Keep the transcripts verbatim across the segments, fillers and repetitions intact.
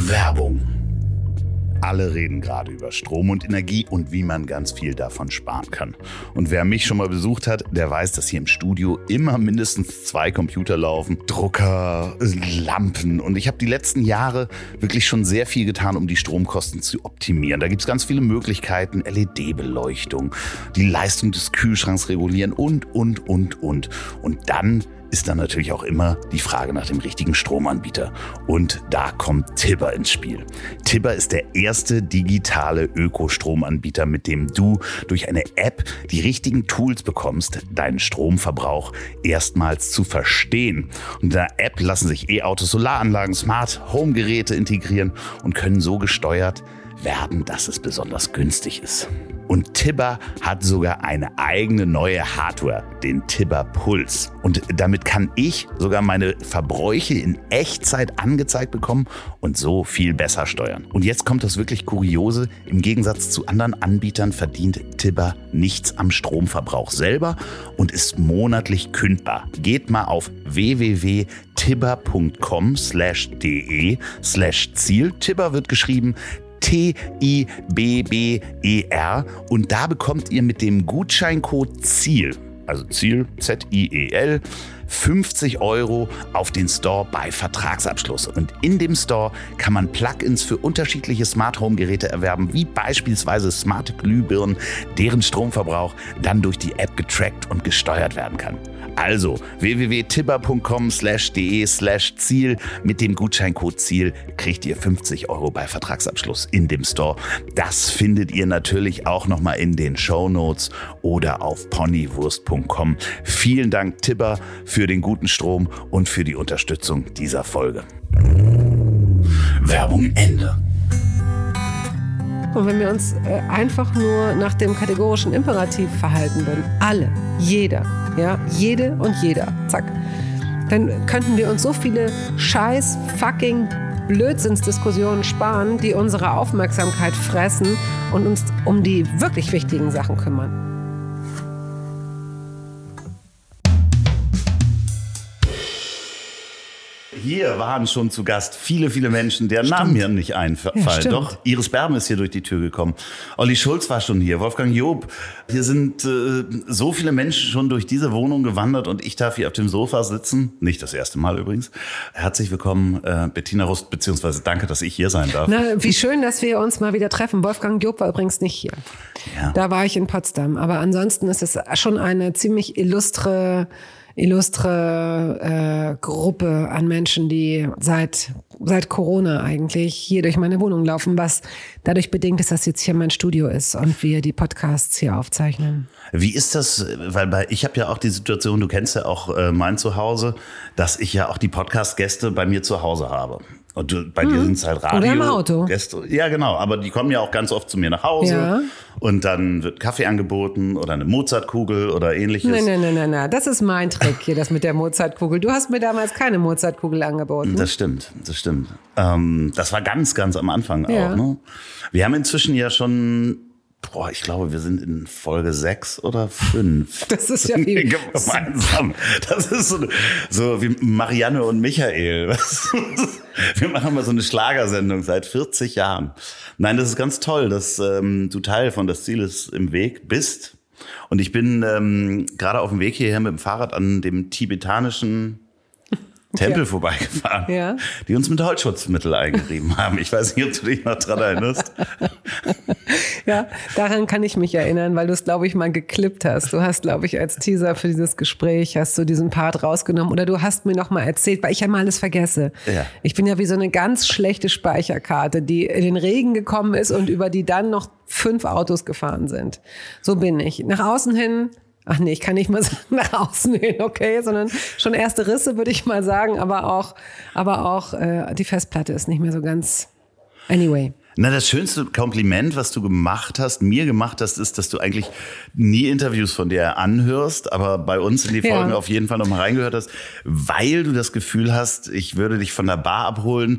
Werbung. Alle reden gerade über Strom und Energie und wie man ganz viel davon sparen kann. Und wer mich schon mal besucht hat, der weiß, dass hier im Studio immer mindestens zwei Computer laufen, Drucker, Lampen. Und ich habe die letzten Jahre wirklich schon sehr viel getan, um die Stromkosten zu optimieren. Da gibt es ganz viele Möglichkeiten, L E D-Beleuchtung, die Leistung des Kühlschranks regulieren und, und, und, und. Und dann ist dann natürlich auch immer die Frage nach dem richtigen Stromanbieter. Und da kommt Tibber ins Spiel. Tibber ist der erste digitale Ökostromanbieter, mit dem du durch eine App die richtigen Tools bekommst, deinen Stromverbrauch erstmals zu verstehen. Und in der App lassen sich E-Autos, Solaranlagen, Smart-Home-Geräte integrieren und können so gesteuert werden, dass es besonders günstig ist. Und Tibber hat sogar eine eigene neue Hardware, den Tibber Puls. Und damit kann ich sogar meine Verbräuche in Echtzeit angezeigt bekommen und so viel besser steuern. Und jetzt kommt das wirklich Kuriose. Im Gegensatz zu anderen Anbietern verdient Tibber nichts am Stromverbrauch selber und ist monatlich kündbar. Geht mal auf w w w punkt tibber punkt com slash de slash Ziel. Tibber wird geschrieben T I B B E R und da bekommt ihr mit dem Gutscheincode ZIEL, also Ziel, Z I E L, fünfzig Euro auf den Store bei Vertragsabschluss. Und in dem Store kann man Plugins für unterschiedliche Smart Home Geräte erwerben, wie beispielsweise smarte Glühbirnen, deren Stromverbrauch dann durch die App getrackt und gesteuert werden kann. Also w w w punkt tibber punkt com slash de slash Ziel. Mit dem Gutscheincode Ziel kriegt ihr fünfzig Euro bei Vertragsabschluss in dem Store. Das findet ihr natürlich auch nochmal in den Shownotes oder auf ponywurst punkt com. Vielen Dank Tibber für den guten Strom und für die Unterstützung dieser Folge. Werbung Ende. Und wenn wir uns äh, einfach nur nach dem kategorischen Imperativ verhalten würden, alle, jeder, ja, jede und jeder, zack, dann könnten wir uns so viele scheiß fucking Blödsinnsdiskussionen sparen, die unsere Aufmerksamkeit fressen und uns um die wirklich wichtigen Sachen kümmern. Hier waren schon zu Gast viele, viele Menschen, deren stimmt. Namen mir nicht einfallen. Ja, doch, Iris Berben ist hier durch die Tür gekommen. Olli Schulz war schon hier, Wolfgang Job. Hier sind äh, so viele Menschen schon durch diese Wohnung gewandert und ich darf hier auf dem Sofa sitzen. Nicht das erste Mal übrigens. Herzlich willkommen, äh, Bettina Rust, beziehungsweise danke, dass ich hier sein darf. Na, wie schön, dass wir uns mal wieder treffen. Wolfgang Job war übrigens nicht hier. Ja. Da war ich in Potsdam. Aber ansonsten ist es schon eine ziemlich illustre... illustre äh, Gruppe an Menschen, die seit seit Corona eigentlich hier durch meine Wohnung laufen, was dadurch bedingt ist, dass jetzt hier mein Studio ist und wir die Podcasts hier aufzeichnen. Wie ist das, weil bei, ich habe ja auch die Situation, du kennst ja auch äh, mein Zuhause, dass ich ja auch die Podcast-Gäste bei mir zu Hause habe. Und du, bei hm. dir sind es halt Radio. Oder im Auto. Gäste. Ja, genau. Aber die kommen ja auch ganz oft zu mir nach Hause. Ja. Und dann wird Kaffee angeboten oder eine Mozartkugel oder ähnliches. Nein, nein, nein, nein, nein. Das ist mein Trick hier, das mit der Mozartkugel. Du hast mir damals keine Mozartkugel angeboten. Das stimmt, das stimmt. Ähm, das war ganz, ganz am Anfang ja. auch. Ne? Wir haben inzwischen ja schon... Boah, ich glaube, wir sind in Folge sechs oder fünf. Das ist ja viel. Gemeinsam. Das ist so, so wie Marianne und Michael. Wir machen mal so eine Schlagersendung seit vierzig Jahren. Nein, das ist ganz toll, dass ähm, du Teil von Das Ziel ist im Weg bist. Und ich bin ähm, gerade auf dem Weg hierher mit dem Fahrrad an dem tibetanischen Tempel ja. vorbeigefahren, ja. die uns mit Holzschutzmittel eingerieben haben. Ich weiß nicht, ob du dich noch dran erinnerst. Ja, daran kann ich mich erinnern, weil du es, glaube ich, mal geklippt hast. Du hast, glaube ich, als Teaser für dieses Gespräch, hast du diesen Part rausgenommen oder du hast mir noch mal erzählt, weil ich ja mal alles vergesse. Ja. Ich bin ja wie so eine ganz schlechte Speicherkarte, die in den Regen gekommen ist und über die dann noch fünf Autos gefahren sind. So bin ich. Nach außen hin... Ach nee, ich kann nicht mal sagen, nach außen hin, okay, sondern schon erste Risse, würde ich mal sagen, aber auch, aber auch äh, die Festplatte ist nicht mehr so ganz, anyway. Na, das schönste Kompliment, was du gemacht hast, mir gemacht hast, ist, dass du eigentlich nie Interviews von dir anhörst, aber bei uns in die Folgen ja. auf jeden Fall noch mal reingehört hast, weil du das Gefühl hast, ich würde dich von der Bar abholen,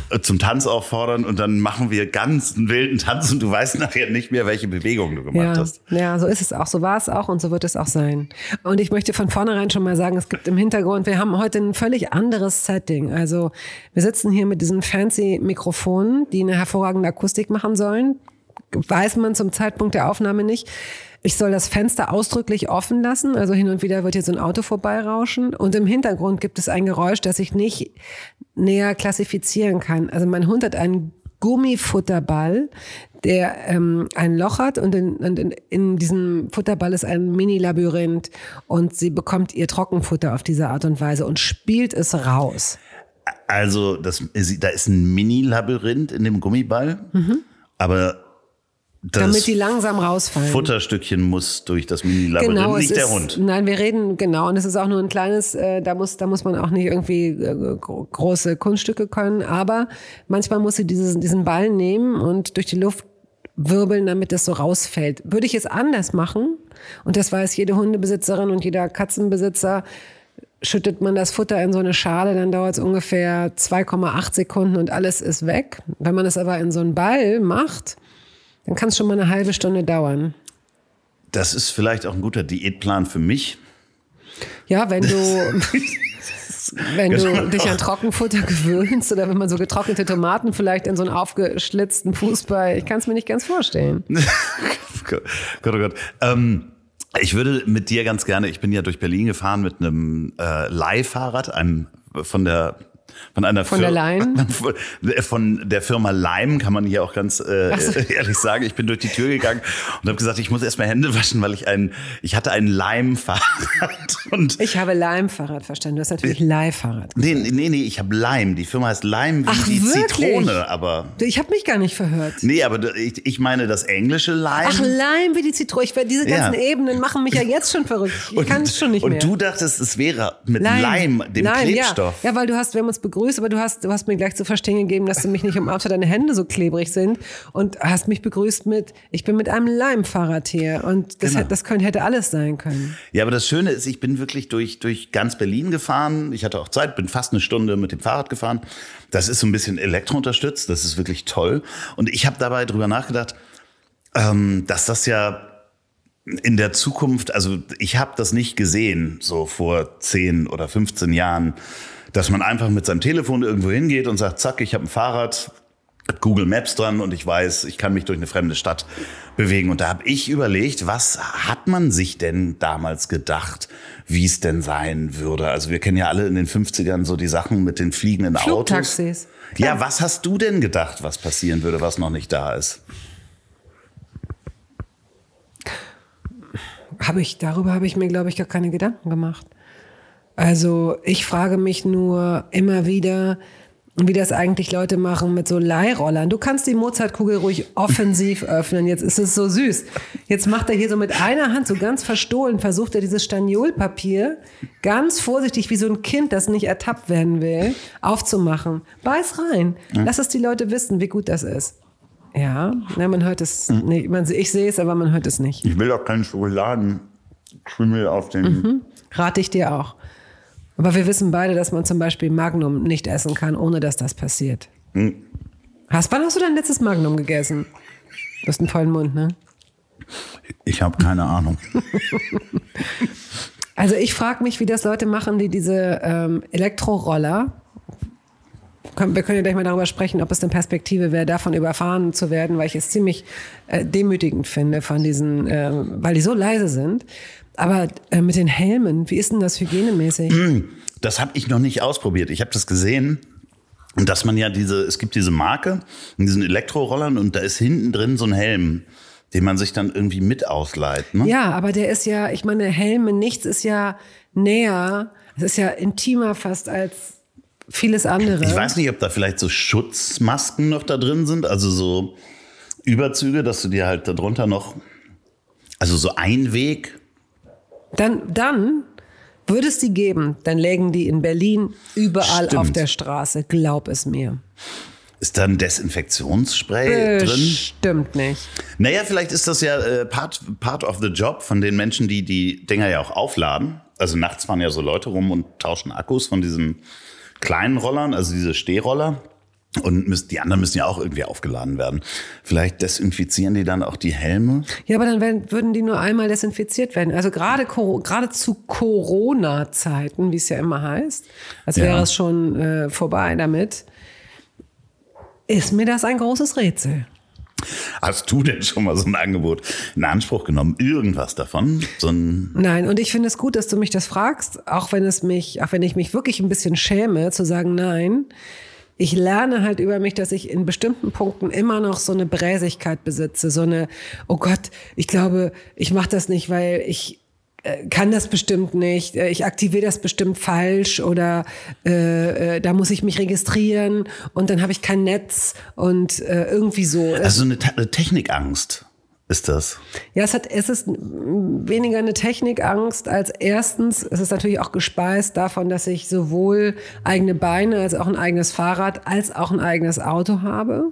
zum Tanz auffordern und dann machen wir ganz einen wilden Tanz und du weißt nachher nicht mehr, welche Bewegung du gemacht ja, hast. Ja, so ist es auch. So war es auch und so wird es auch sein. Und ich möchte von vornherein schon mal sagen, es gibt im Hintergrund, wir haben heute ein völlig anderes Setting. Also wir sitzen hier mit diesen fancy Mikrofonen, die eine hervorragende Akustik machen sollen. Weiß man zum Zeitpunkt der Aufnahme nicht. Ich soll das Fenster ausdrücklich offen lassen, also hin und wieder wird hier so ein Auto vorbeirauschen und im Hintergrund gibt es ein Geräusch, das ich nicht näher klassifizieren kann. Also mein Hund hat einen Gummifutterball, der ähm, ein Loch hat und, in, und in, in diesem Futterball ist ein Mini-Labyrinth und sie bekommt ihr Trockenfutter auf diese Art und Weise und spielt es raus. Also das, da ist ein Mini-Labyrinth in dem Gummiball, mhm. aber das damit die langsam rausfallen. Futterstückchen muss durch das Mini-Labyrinth, genau, nicht ist, der Hund. Nein, wir reden, genau, und es ist auch nur ein kleines, äh, da muss, da muss man auch nicht irgendwie äh, große Kunststücke können, aber manchmal muss sie dieses, diesen Ball nehmen und durch die Luft wirbeln, damit das so rausfällt. Würde ich es anders machen, und das weiß jede Hundebesitzerin und jeder Katzenbesitzer, schüttet man das Futter in so eine Schale, dann dauert es ungefähr zwei Komma acht Sekunden und alles ist weg. Wenn man es aber in so einen Ball macht, dann kann es schon mal eine halbe Stunde dauern. Das ist vielleicht auch ein guter Diätplan für mich. Ja, wenn du, wenn du dich an Trockenfutter gewöhnst oder wenn man so getrocknete Tomaten vielleicht in so einen aufgeschlitzten Fußball, ich kann es mir nicht ganz vorstellen. Gott, oh Gott. Ähm, ich würde mit dir ganz gerne, ich bin ja durch Berlin gefahren mit einem äh, Leihfahrrad, einem von der Von einer von Fir- der Leim? Von der Firma Leim kann man hier auch ganz äh, so. ehrlich sagen. Ich bin durch die Tür gegangen und habe gesagt, ich muss erst mal Hände waschen, weil ich ein, ich hatte ein Leim-Fahrrad. Und ich habe Leim-Fahrrad verstanden. Du hast natürlich Leih-Fahrrad gesagt. Nee, nee, nee, ich habe Leim. Die Firma heißt Leim wie Ach, die wirklich? Zitrone. Aber ich habe mich gar nicht verhört. Nee, aber ich, ich meine das englische Leim. Ach, Leim wie die Zitrone. Ich, diese ganzen ja. Ebenen machen mich ja jetzt schon verrückt. Ich kann es schon nicht und mehr. Und du dachtest, es wäre mit Leim, Leim dem Leim, Klebstoff. Ja. ja, weil du hast, wir haben uns begrüßt, aber du hast, du hast mir gleich zu verstehen gegeben, dass du mich nicht umarmst, weil deine Hände so klebrig sind und hast mich begrüßt mit, ich bin mit einem Leimfahrrad hier und das, genau. hätte, das könnte, hätte alles sein können. Ja, aber das Schöne ist, ich bin wirklich durch, durch ganz Berlin gefahren. Ich hatte auch Zeit, bin fast eine Stunde mit dem Fahrrad gefahren. Das ist so ein bisschen elektrounterstützt, das ist wirklich toll. Und ich habe dabei drüber nachgedacht, ähm, dass das ja in der Zukunft, also ich habe das nicht gesehen, so vor zehn oder fünfzehn Jahren, dass man einfach mit seinem Telefon irgendwo hingeht und sagt, zack, ich habe ein Fahrrad, Google Maps dran und ich weiß, ich kann mich durch eine fremde Stadt bewegen. Und da habe ich überlegt, was hat man sich denn damals gedacht, wie es denn sein würde? Also wir kennen ja alle in den fünfzigern so die Sachen mit den fliegenden Flugtaxis. Autos. Ja, was hast du denn gedacht, was passieren würde, was noch nicht da ist? Habe ich, darüber habe ich mir, glaube ich, gar keine Gedanken gemacht. Also ich frage mich nur immer wieder, wie das eigentlich Leute machen mit so Leihrollern. Du kannst die Mozartkugel ruhig offensiv öffnen. Jetzt ist es so süß. Jetzt macht er hier so mit einer Hand so ganz verstohlen, versucht er dieses Staniolpapier ganz vorsichtig wie so ein Kind, das nicht ertappt werden will, aufzumachen. Beiß rein. Lass es die Leute wissen, wie gut das ist. Ja, na, man hört es mhm. nicht. Man, ich sehe es, aber man hört es nicht. Ich will auch keinen Schokoladenkrümel auf den... Mhm. Rate ich dir auch. Aber wir wissen beide, dass man zum Beispiel Magnum nicht essen kann, ohne dass das passiert. Mhm. Hast, wann hast du dein letztes Magnum gegessen? Du hast einen vollen Mund, ne? Ich habe keine Ahnung. Also ich frage mich, wie das Leute machen, die diese ähm, Elektroroller... Wir können ja gleich mal darüber sprechen, ob es eine Perspektive wäre, davon überfahren zu werden, weil ich es ziemlich äh, demütigend finde von diesen, äh, weil die so leise sind. Aber äh, mit den Helmen, wie ist denn das hygienemäßig? Das habe ich noch nicht ausprobiert. Ich habe das gesehen, dass man ja diese, es gibt diese Marke in diesen Elektrorollern und da ist hinten drin so ein Helm, den man sich dann irgendwie mit ausleiht. Ne? Ja, aber der ist ja, ich meine, Helme, nichts ist ja näher, es ist ja intimer fast als vieles andere. Ich weiß nicht, ob da vielleicht so Schutzmasken noch da drin sind, also so Überzüge, dass du dir halt darunter noch, also so Einweg. Dann, dann würde es die geben, dann lägen die in Berlin überall Stimmt. auf der Straße, glaub es mir. Ist da ein Desinfektionsspray Bestimmt drin? Stimmt nicht. Naja, vielleicht ist das ja äh, part, part of the job von den Menschen, die die Dinger ja auch aufladen. Also nachts fahren ja so Leute rum und tauschen Akkus von diesen kleinen Rollern, also diese Stehroller. Und müssen, die anderen müssen ja auch irgendwie aufgeladen werden. Vielleicht desinfizieren die dann auch die Helme? Ja, aber dann werden, würden die nur einmal desinfiziert werden. Also gerade, gerade zu Corona-Zeiten, wie es ja immer heißt, als wäre Ja. es schon äh, vorbei damit, ist mir das ein großes Rätsel. Hast du denn schon mal so ein Angebot in Anspruch genommen? Irgendwas davon? So ein Nein, und ich finde es gut, dass du mich das fragst, auch wenn es mich, auch wenn ich mich wirklich ein bisschen schäme, zu sagen nein. Ich lerne halt über mich, dass ich in bestimmten Punkten immer noch so eine Bräsigkeit besitze, so eine, oh Gott, ich glaube, ich mache das nicht, weil ich äh, kann das bestimmt nicht, äh, ich aktiviere das bestimmt falsch oder äh, äh, da muss ich mich registrieren und dann habe ich kein Netz und äh, irgendwie so. Also eine, Ta- eine Technikangst ist das. Ja, es hat, es ist weniger eine Technikangst als erstens, es ist natürlich auch gespeist davon, dass ich sowohl eigene Beine als auch ein eigenes Fahrrad als auch ein eigenes Auto habe.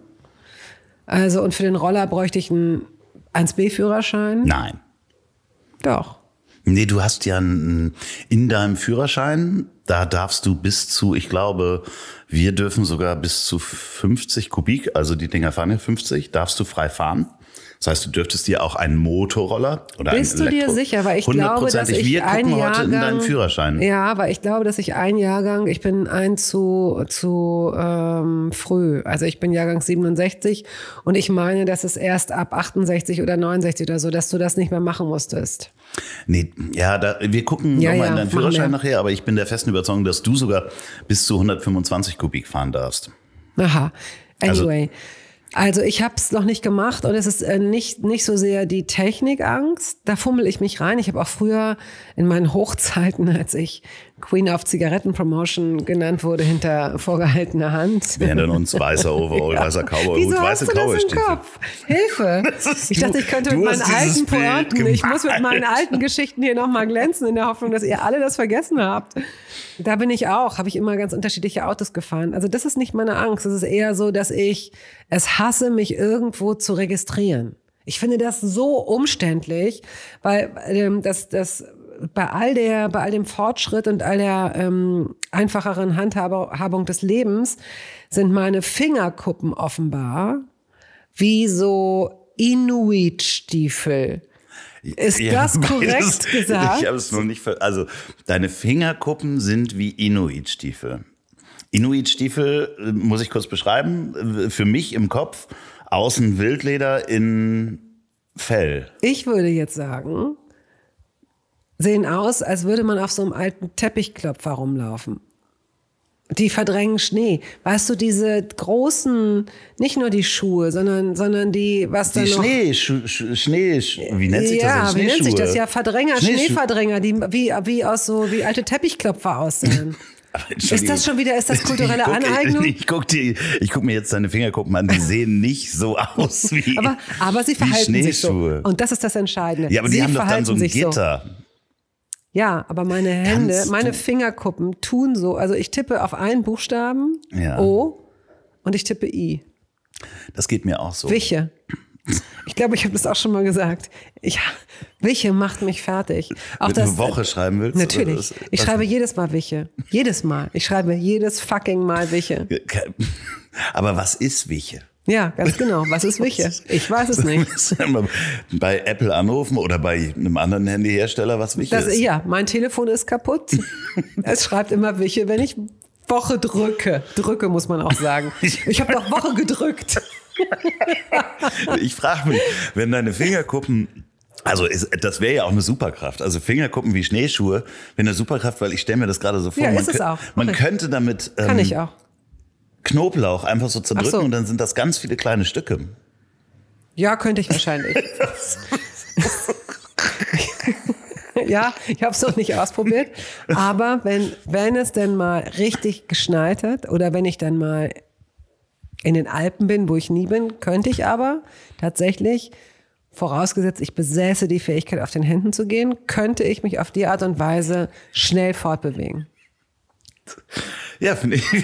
Also, und für den Roller bräuchte ich einen eins B Führerschein. Nein. Doch. Nee, du hast ja einen, in deinem Führerschein, da darfst du bis zu, ich glaube, wir dürfen sogar bis zu fünfzig Kubik, also die Dinger fahren ja fünfzig, darfst du frei fahren. Das heißt, du dürftest dir auch einen Motorroller oder einen Bist du dir sicher? Weil ich glaube, dass ich wir ein gucken Jahrgang, heute in deinen Führerschein. Ja, weil ich glaube, dass ich ein Jahrgang, ich bin ein zu, zu ähm, früh. Also ich bin Jahrgang siebenundsechzig und ich meine, dass es erst ab achtundsechzig oder neunundsechzig oder so, dass du das nicht mehr machen musstest. Nee, ja, da, wir gucken Ja, nochmal ja, in deinen machen Führerschein wir. nachher, aber ich bin der festen Überzeugung, dass du sogar bis zu hundertfünfundzwanzig Kubik fahren darfst. Aha. Also- Anyway. Also ich habe es noch nicht gemacht und es ist äh, nicht nicht so sehr die Technikangst. Da fummel ich mich rein. Ich habe auch früher in meinen Hochzeiten, als ich Queen of Zigarettenpromotion genannt wurde, hinter vorgehaltener Hand. Wir erinnern uns, weißer Overall, weißer Cowboy-Hut, Wieso weiße hast du das im Cowboy-Stiefel. Kopf? Hilfe! ist Ich du- dachte, ich könnte du mit meinen hast dieses alten Bild Pointen, ich muss mit gemalt. meinen alten Geschichten hier nochmal glänzen, in der Hoffnung, dass ihr alle das vergessen habt. Da bin ich auch, habe ich immer ganz unterschiedliche Autos gefahren. Also das ist nicht meine Angst. Es ist eher so, dass ich es hasse, mich irgendwo zu registrieren. Ich finde das so umständlich, weil ähm, das, das bei all der, bei all dem Fortschritt und all der ähm, einfacheren Handhabung des Lebens sind meine Fingerkuppen offenbar wie so Inuit-Stiefel. Ist Ja, das korrekt beides- gesagt? Ich habe es noch nicht ver- Also, deine Fingerkuppen sind wie Inuit-Stiefel. Inuit-Stiefel, äh, muss ich kurz beschreiben, äh, für mich im Kopf, außen Wildleder, in Fell. Ich würde jetzt sagen, sehen aus, als würde man auf so einem alten Teppichklopfer rumlaufen. Die verdrängen Schnee. Weißt du, diese großen, nicht nur die Schuhe, sondern, sondern die, was da Die noch... Schnee, Sch, Sch, Schnee, wie nennt sich ja, das wie denn? nennt sich das? Schneeschuhe. Ja, Verdränger, Schneeschuhe. Schneeverdränger, die wie, wie aus so, wie alte Teppichklopfer aussehen. Aber Ist Entschuldigung. das schon wieder, ist das kulturelle ich guck, Aneignung? Ich, ich guck, die, ich guck mir jetzt deine Fingerkuppen an, die sehen nicht so aus wie Aber, aber sie wie verhalten sich so. Schneeschuhe. Und das ist das Entscheidende. Ja, aber sie die haben doch dann verhalten so ein sich Gitter. Ja, aber meine Hände, Kannst meine du- Fingerkuppen tun so. Also ich tippe auf einen Buchstaben, Ja. O, und ich tippe I. Das geht mir auch so. Wiche. Ich glaube, ich habe das auch schon mal gesagt. Ich, Wiche macht mich fertig. Auch Wenn du das, eine Woche schreiben willst? Natürlich. oder was- Ich was- schreibe jedes Mal Wiche. Jedes Mal. Ich schreibe jedes fucking Mal Wiche. Aber was ist Wiche? Ja, ganz genau. Was ist Wiche? Ich weiß es nicht. Bei Apple anrufen oder bei einem anderen Handyhersteller, was Wiche Das, ist. ja, mein Telefon ist kaputt. Es schreibt immer Wiche, wenn ich Woche drücke. Drücke, muss man auch sagen. Ich habe doch Woche gedrückt. Ich frage mich, wenn deine Fingerkuppen, also ist, das wäre ja auch eine Superkraft. Also Fingerkuppen wie Schneeschuhe, wäre eine Superkraft, weil ich stelle mir das gerade so vor. Ja, man ist es kö- auch. Man Okay. könnte damit ähm, Kann ich auch. Knoblauch einfach so zerdrücken Ach so. und dann sind das ganz viele kleine Stücke. Ja, könnte ich wahrscheinlich. Ja, ich habe es noch nicht ausprobiert. Aber wenn, wenn es denn mal richtig geschneit hat oder wenn ich dann mal in den Alpen bin, wo ich nie bin, könnte ich aber tatsächlich, vorausgesetzt ich besäße die Fähigkeit, auf den Händen zu gehen, könnte ich mich auf die Art und Weise schnell fortbewegen. Ja, finde ich,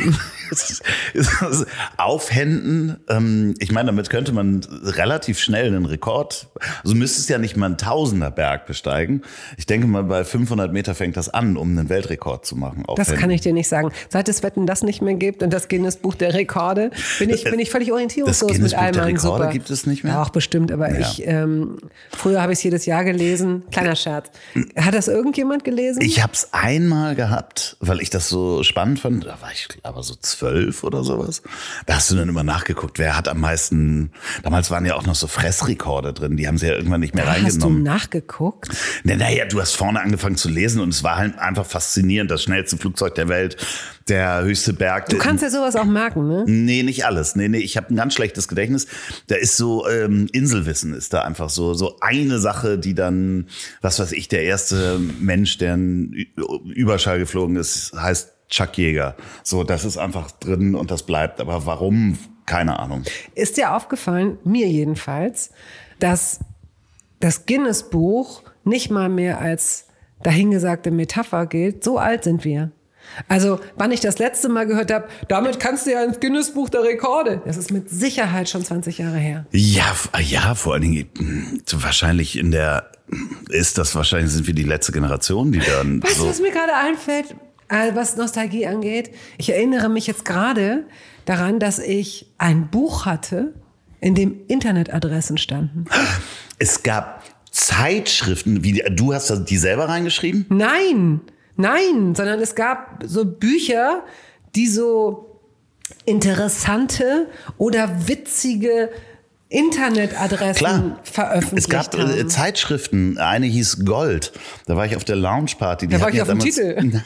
Auf Händen, ähm, ich meine, damit könnte man relativ schnell einen Rekord, also müsstest ja nicht mal einen Tausenderberg besteigen. Ich denke mal, bei fünfhundert Meter fängt das an, um einen Weltrekord zu machen. Auf das Händen. Kann ich dir nicht sagen. Seit es Wetten das nicht mehr gibt und das Guinness-Buch der Rekorde, bin ich, bin ich völlig orientierungslos mit all meinen Rekorde Super. Gibt es nicht mehr? Ja, auch bestimmt, aber ja. ich, ähm, früher habe ich es jedes Jahr gelesen. Kleiner Scherz. Hat das irgendjemand gelesen? Ich habe es einmal gehabt, weil ich das so spannend fand. Da war ich aber so zwölf oder sowas. Da hast du dann immer nachgeguckt, wer hat am meisten, damals waren ja auch noch so Fressrekorde drin, die haben sie ja irgendwann nicht mehr da reingenommen. Hast du nachgeguckt? Naja, du hast vorne angefangen zu lesen und es war halt einfach faszinierend. Das schnellste Flugzeug der Welt, der höchste Berg. Du kannst ja sowas auch merken, ne? Nee, nicht alles. Nee, nee, ich habe ein ganz schlechtes Gedächtnis. Da ist so ähm, Inselwissen ist da einfach so so eine Sache, die dann, was weiß ich, der erste Mensch, der einen Überschall geflogen ist, heißt Chuck Yeager. So, das ist einfach drin und das bleibt. Aber warum? Keine Ahnung. Ist dir aufgefallen, mir jedenfalls, dass das Guinness-Buch nicht mal mehr als dahingesagte Metapher gilt? So alt sind wir. Also, wann ich das letzte Mal gehört habe, damit kannst du ja ins Guinness-Buch der Rekorde. Das ist mit Sicherheit schon zwanzig Jahre her. Ja, ja, vor allen Dingen wahrscheinlich in der, ist das wahrscheinlich, sind wir die letzte Generation, die dann weißt so... du, was mir gerade einfällt, was Nostalgie angeht? Ich erinnere mich jetzt gerade daran, dass ich ein Buch hatte, in dem Internetadressen standen. Es gab Zeitschriften, wie du hast die selber reingeschrieben? Nein, nein, sondern es gab so Bücher, die so interessante oder witzige Internetadressen Klar. veröffentlicht Es gab haben. Äh, Zeitschriften, eine hieß Gold. Da war ich auf der Lounge-Party. Die da war ich auf dem damals, Titel.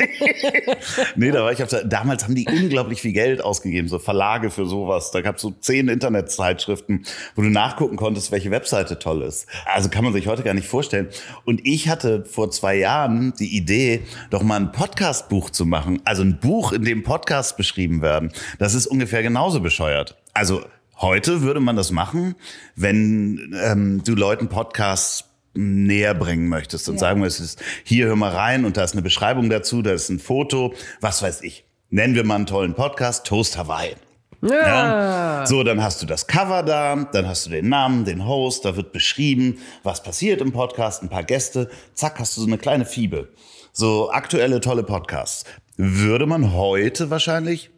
nee, da war ich auf der, damals haben die unglaublich viel Geld ausgegeben, so Verlage für sowas. Da gab es so zehn Internetzeitschriften, wo du nachgucken konntest, welche Webseite toll ist. Also kann man sich heute gar nicht vorstellen. Und ich hatte vor zwei Jahren die Idee, doch mal ein Podcast-Buch zu machen. Also ein Buch, in dem Podcasts beschrieben werden. Das ist ungefähr genauso bescheuert. Also heute würde man das machen, wenn ähm, du Leuten Podcasts näher bringen möchtest und ja. sagen möchtest, hier hör mal rein und da ist eine Beschreibung dazu, da ist ein Foto, was weiß ich. Nennen wir mal einen tollen Podcast, Toast Hawaii. Ja. Ja. So, dann hast du das Cover da, dann hast du den Namen, den Host, da wird beschrieben, was passiert im Podcast, ein paar Gäste, zack, hast du so eine kleine Fibel. So aktuelle, tolle Podcasts. Würde man heute wahrscheinlich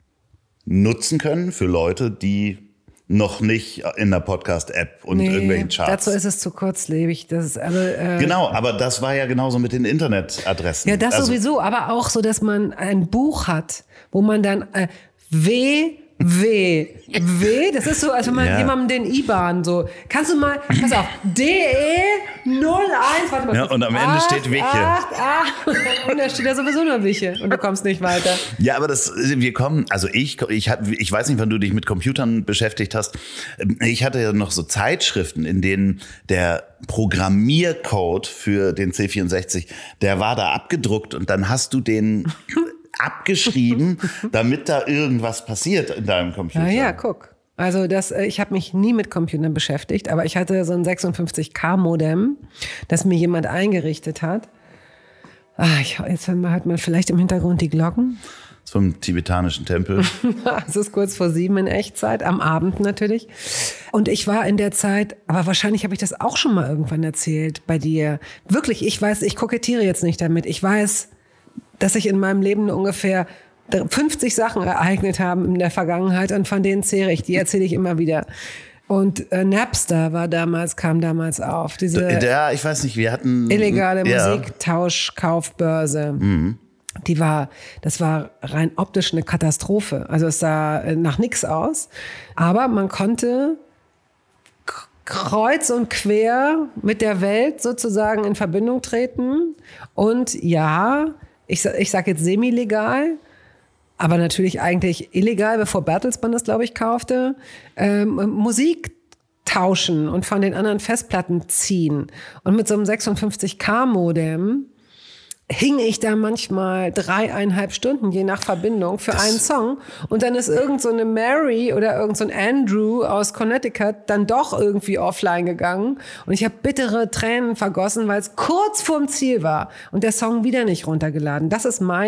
nutzen können für Leute, die noch nicht in der Podcast-App und nee, irgendwelchen Charts. Dazu ist es zu kurzlebig. Das ist, aber, äh, genau, aber das war ja genauso mit den Internetadressen. Ja, das also, sowieso, aber auch so, dass man ein Buch hat, wo man dann äh, W W. W, das ist so, als wenn man ja. jemandem den I B A N so. Kannst du mal, pass auf, D E null eins, warte mal. Ja, und am Ende acht, steht Wiche. acht, acht, und da steht ja sowieso nur Wiche und du kommst nicht weiter. Ja, aber das, wir kommen, also ich, ich, ich weiß nicht, wann du dich mit Computern beschäftigt hast. Ich hatte ja noch so Zeitschriften, in denen der Programmiercode für den C vierundsechzig, der war da abgedruckt und dann hast du den abgeschrieben, damit da irgendwas passiert in deinem Computer. Ja, ja, guck. Also das, ich habe mich nie mit Computern beschäftigt, aber ich hatte so ein sechsundfünfzig K Modem, das mir jemand eingerichtet hat. Ah, ich, jetzt hört man vielleicht im Hintergrund die Glocken. Das ist vom tibetanischen Tempel. Es ist kurz vor sieben in Echtzeit, am Abend natürlich. Und ich war in der Zeit, aber wahrscheinlich habe ich das auch schon mal irgendwann erzählt bei dir. Wirklich, ich weiß, ich kokettiere jetzt nicht damit. Ich weiß, dass sich in meinem Leben ungefähr fünfzig Sachen ereignet haben in der Vergangenheit und von denen zehre ich, die erzähle ich immer wieder. Und äh, Napster war damals, kam damals auf. Diese ja, ich weiß nicht, wir hatten illegale ja. Musiktauschkaufbörse. Mhm. Die war, das war rein optisch eine Katastrophe. Also es sah nach nichts aus. Aber man konnte kreuz und quer mit der Welt sozusagen in Verbindung treten. Und ja, ich, ich sage jetzt semi-legal, aber natürlich eigentlich illegal, bevor Bertelsmann das, glaube ich, kaufte, ähm, Musik tauschen und von den anderen Festplatten ziehen. Und mit so einem sechsundfünfzig K Modem hing ich da manchmal dreieinhalb Stunden, je nach Verbindung, für das einen Song. Und dann ist irgend so eine Mary oder irgend so ein Andrew aus Connecticut dann doch irgendwie offline gegangen. Und ich habe bittere Tränen vergossen, weil es kurz vorm Ziel war und der Song wieder nicht runtergeladen. Das ist mein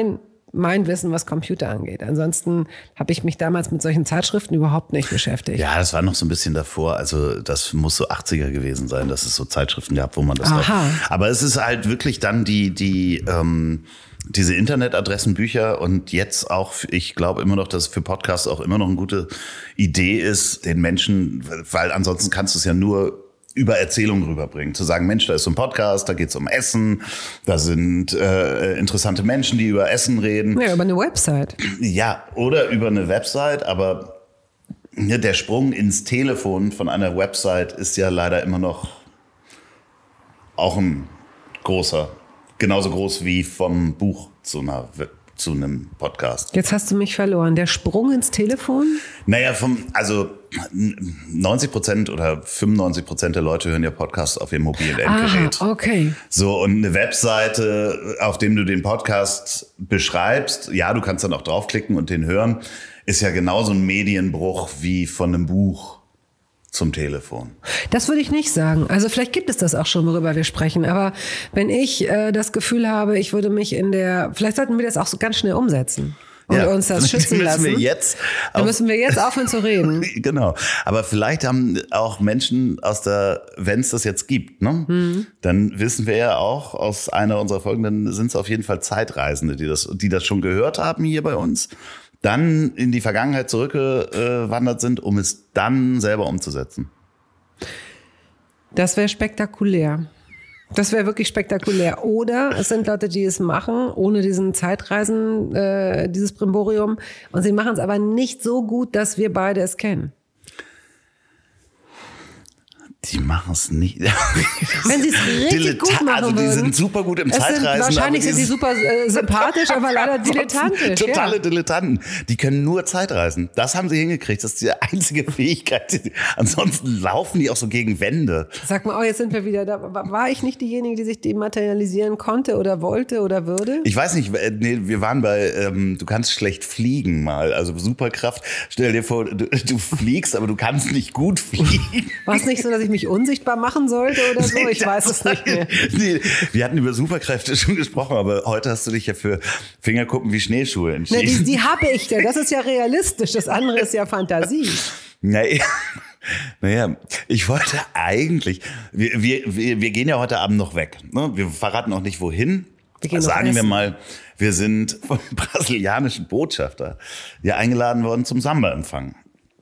mein Wissen, was Computer angeht. Ansonsten habe ich mich damals mit solchen Zeitschriften überhaupt nicht beschäftigt. Ja, das war noch so ein bisschen davor. Also das muss so achtziger gewesen sein, dass es so Zeitschriften gab, wo man das Aha. Auch. Aber es ist halt wirklich dann die, die ähm, diese Internetadressen, Bücher und jetzt auch, ich glaube immer noch, dass es für Podcasts auch immer noch eine gute Idee ist, den Menschen, weil ansonsten kannst du es ja nur über Erzählungen rüberbringen. Zu sagen, Mensch, da ist so ein Podcast, da geht's um Essen, da sind äh, interessante Menschen, die über Essen reden. Ja, über eine Website. Ja, oder über eine Website, aber ja, der Sprung ins Telefon von einer Website ist ja leider immer noch auch ein großer, genauso groß wie vom Buch zu einer Web. zu einem Podcast. Jetzt hast du mich verloren. Der Sprung ins Telefon? Naja, vom, also neunzig Prozent oder fünfundneunzig Prozent der Leute hören ja Podcasts auf ihrem mobilen Endgerät. Ah, okay. So, und eine Webseite, auf dem du den Podcast beschreibst, ja, du kannst dann auch draufklicken und den hören, ist ja genauso ein Medienbruch wie von einem Buch zum Telefon. Das würde ich nicht sagen. Also vielleicht gibt es das auch schon, worüber wir sprechen. Aber wenn ich äh, das Gefühl habe, ich würde mich in der, vielleicht sollten wir das auch so ganz schnell umsetzen und ja, uns das schützen müssen lassen. Wir jetzt Dann müssen wir jetzt aufhören zu reden. Genau. Aber vielleicht haben auch Menschen aus der, wenn es das jetzt gibt, ne, mhm. dann wissen wir ja auch aus einer unserer Folgen, dann sind es auf jeden Fall Zeitreisende, die das, die das schon gehört haben hier bei uns, dann in die Vergangenheit zurückgewandert sind, um es dann selber umzusetzen. Das wäre spektakulär. Das wäre wirklich spektakulär. Oder es sind Leute, die es machen, ohne diesen Zeitreisen, äh, dieses Brimborium. Und sie machen es aber nicht so gut, dass wir beide es kennen. Die machen es nicht. Wenn sie es richtig Diletta- gut machen Also die würden. sind super gut im Es Zeitreisen. Sind, wahrscheinlich sind die super äh, sympathisch, aber leider dilettantisch. Totale ja. Dilettanten. Die können nur Zeitreisen. Das haben sie hingekriegt. Das ist die einzige Fähigkeit. Die, ansonsten laufen die auch so gegen Wände. Sag mal, oh, jetzt sind wir wieder da. War ich nicht diejenige, die sich dematerialisieren konnte oder wollte oder würde? Ich weiß nicht. Nee, wir waren bei, ähm, du kannst schlecht fliegen mal. Also Superkraft. Stell dir vor, du, du fliegst, aber du kannst nicht gut fliegen. War es nicht so, dass ich mich unsichtbar machen sollte oder so? Ich weiß es nicht mehr. Nee, wir hatten über Superkräfte schon gesprochen, aber heute hast du dich ja für Fingerkuppen wie Schneeschuhe entschieden. Nee, die, die habe ich ja. Das ist ja realistisch. Das andere ist ja Fantasie. Naja, naja, ich wollte eigentlich, wir, wir, wir, wir gehen ja heute Abend noch weg. Ne? Wir verraten auch nicht wohin. Wir Sagen wir mal, wir sind vom brasilianischen Botschafter ja eingeladen worden zum Samba-Empfang.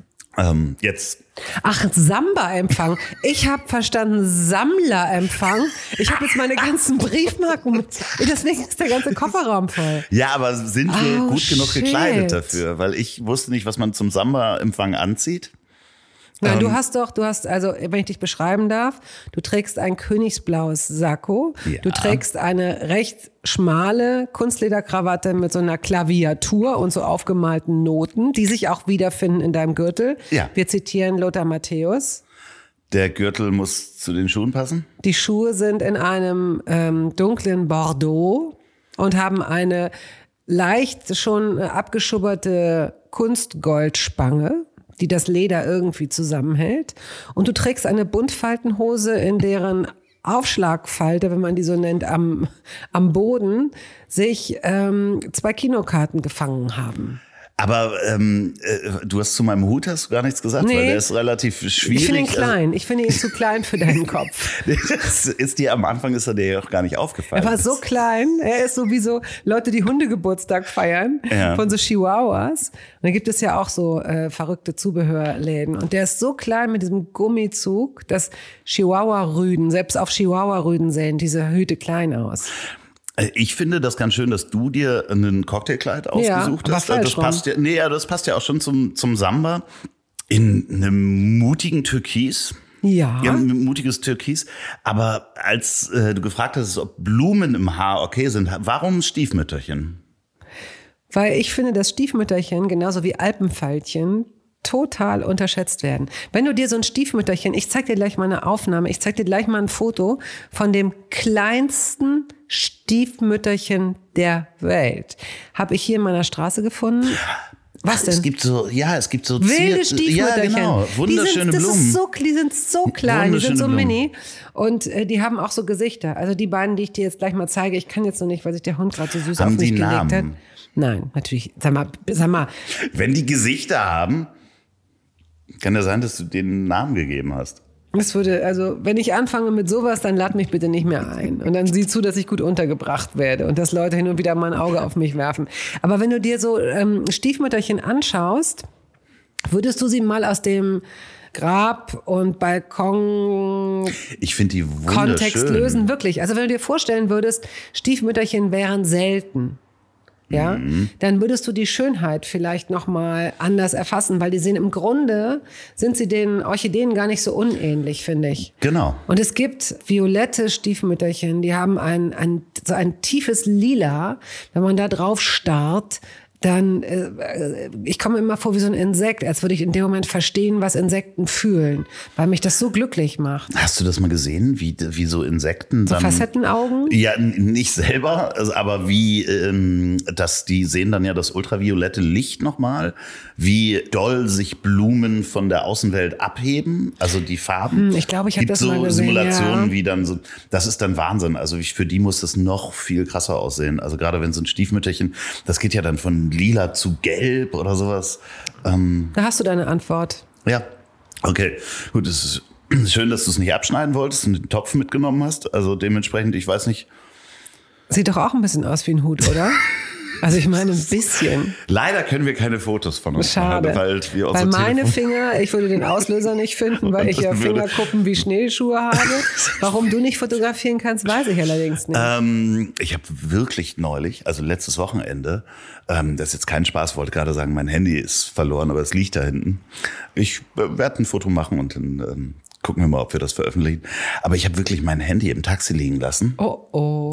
Ähm, jetzt. Ach, Samba-Empfang. Ich habe verstanden, Sammler-Empfang. Ich habe jetzt meine ganzen Briefmarken mit. Deswegen ist der ganze Kofferraum voll. Ja, aber sind wir Oh, gut genug shit. gekleidet dafür? Weil ich wusste nicht, was man zum Samba-Empfang anzieht. Nein, Ähm, du hast doch, du hast, also wenn ich dich beschreiben darf, du trägst ein königsblaues Sakko, Ja. du trägst eine recht schmale Kunstlederkrawatte mit so einer Klaviatur und so aufgemalten Noten, die sich auch wiederfinden in deinem Gürtel. Ja. Wir zitieren Lothar Matthäus. Der Gürtel muss zu den Schuhen passen. Die Schuhe sind in einem ähm, dunklen Bordeaux und haben eine leicht schon abgeschubberte Kunstgoldspange, die das Leder irgendwie zusammenhält. Und du trägst eine Buntfaltenhose, in deren Aufschlagfalte, wenn man die so nennt, am, am Boden sich ähm, zwei Kinokarten gefangen haben. Aber ähm, äh, du hast zu meinem Hut hast du gar nichts gesagt, Nee. weil der ist relativ schwierig. Ich finde ihn klein. Ich finde ihn zu klein für deinen Kopf. Das ist dir am Anfang ist er dir ja auch gar nicht aufgefallen. Er war so klein. Er ist so wie so Leute, die Hundegeburtstag feiern, Ja. von so Chihuahuas. Und dann gibt es ja auch so äh, verrückte Zubehörläden. Und der ist so klein mit diesem Gummizug, dass Chihuahua-Rüden, selbst auf Chihuahua-Rüden sehen diese Hüte klein aus. Ich finde das ganz schön, dass du dir ein Cocktailkleid ausgesucht aber hast. falsch Das passt ja, nee, ja, das passt ja auch schon zum, zum Samba. In einem mutigen Türkis. Ja. Ja, ein mutiges Türkis. Aber als äh, du gefragt hast, ob Blumen im Haar okay sind, warum Stiefmütterchen? Weil ich finde, dass Stiefmütterchen genauso wie Alpenfaltchen total unterschätzt werden. Wenn du dir so ein Stiefmütterchen, ich zeig dir gleich mal eine Aufnahme, ich zeig dir gleich mal ein Foto von dem kleinsten Stiefmütterchen der Welt. Habe ich hier in meiner Straße gefunden. Was denn? Es gibt so, ja, es gibt so Wilde Zier- Stiefmütterchen. Ja, genau. Wunderschöne die sind, das Blumen. Ist so, die sind so klein, die sind so Wunderschöne mini. Und äh, die haben auch so Gesichter. Also die beiden, die ich dir jetzt gleich mal zeige, ich kann jetzt noch nicht, weil sich der Hund gerade so süß Haben auf mich die gelegt Namen? hat. Nein, natürlich. Sag mal, sag mal. Wenn die Gesichter haben, kann ja sein, dass du denen einen Namen gegeben hast. Das würde, also, wenn ich anfange mit sowas, dann lad mich bitte nicht mehr ein. Und dann sieh zu, dass ich gut untergebracht werde und dass Leute hin und wieder mal ein Auge auf mich werfen. Aber wenn du dir so ähm, Stiefmütterchen anschaust, würdest du sie mal aus dem Grab- und Balkon ich finde die wunderschön. Kontext lösen? Wirklich. Also wenn du dir vorstellen würdest, Stiefmütterchen wären selten. Ja, mhm. Dann würdest du die Schönheit vielleicht noch mal anders erfassen, weil die sehen im Grunde, sind sie den Orchideen gar nicht so unähnlich, finde ich. Genau. Und es gibt violette Stiefmütterchen, die haben ein, ein, so ein tiefes Lila, wenn man da drauf starrt, dann, äh, ich komme immer vor wie so ein Insekt, als würde ich in dem Moment verstehen, was Insekten fühlen, weil mich das so glücklich macht. Hast du das mal gesehen, wie, wie so Insekten dann... Facettenaugen? Ja, nicht selber, also, aber wie, ähm, dass die sehen dann ja das ultraviolette Licht nochmal, wie doll sich Blumen von der Außenwelt abheben, also die Farben. Hm, ich glaube, ich habe das so mal gesehen, Simulationen, ja. wie dann so, das ist dann Wahnsinn, also für die muss das noch viel krasser aussehen, also gerade wenn so ein Stiefmütterchen, das geht ja dann von lila zu gelb oder sowas. Ähm, da hast du deine Antwort. Ja, okay. Gut, es ist schön, dass du es nicht abschneiden wolltest und den Topf mitgenommen hast. Also dementsprechend, ich weiß nicht. Sieht doch auch ein bisschen aus wie ein Hut, oder? Also ich meine ein bisschen. Leider können wir keine Fotos von uns Schade. machen, weil wir Weil meine Telefon Finger, ich würde den Auslöser nicht finden, weil ich ja Fingerkuppen wie Schneeschuhe habe. Warum du nicht fotografieren kannst, weiß ich allerdings nicht. Ähm, ich habe wirklich neulich, also letztes Wochenende, ähm, das ist jetzt kein Spaß, wollte gerade sagen, mein Handy ist verloren, aber es liegt da hinten. Ich äh, werde ein Foto machen und dann ähm, gucken wir mal, ob wir das veröffentlichen. Aber ich habe wirklich mein Handy im Taxi liegen lassen. Oh, oh.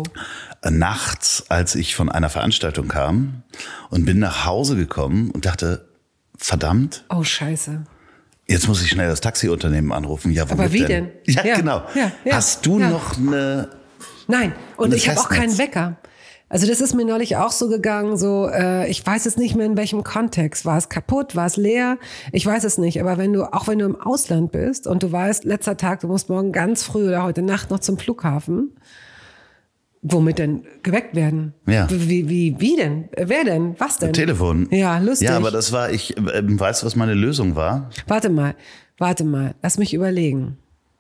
Nachts, als ich von einer Veranstaltung kam und bin nach Hause gekommen und dachte, verdammt. Oh, scheiße. Jetzt muss ich schnell das Taxiunternehmen anrufen. Ja, aber wie denn? denn? Ja, ja, genau. Ja, ja, Hast du ja. noch eine... Nein, und eine ich habe auch keinen Festnetz? Wecker. Also das ist mir neulich auch so gegangen, so äh, ich weiß jetzt nicht mehr in welchem Kontext. War es kaputt, war es leer? Ich weiß es nicht. Aber wenn du, auch wenn du im Ausland bist und du weißt, letzter Tag, du musst morgen ganz früh oder heute Nacht noch zum Flughafen, womit denn geweckt werden? Ja. Wie, wie, wie denn? Wer denn? Was denn? Telefon. Ja, lustig. Ja, aber das war, ich äh, weißt du, was meine Lösung war? Warte mal, warte mal, lass mich überlegen.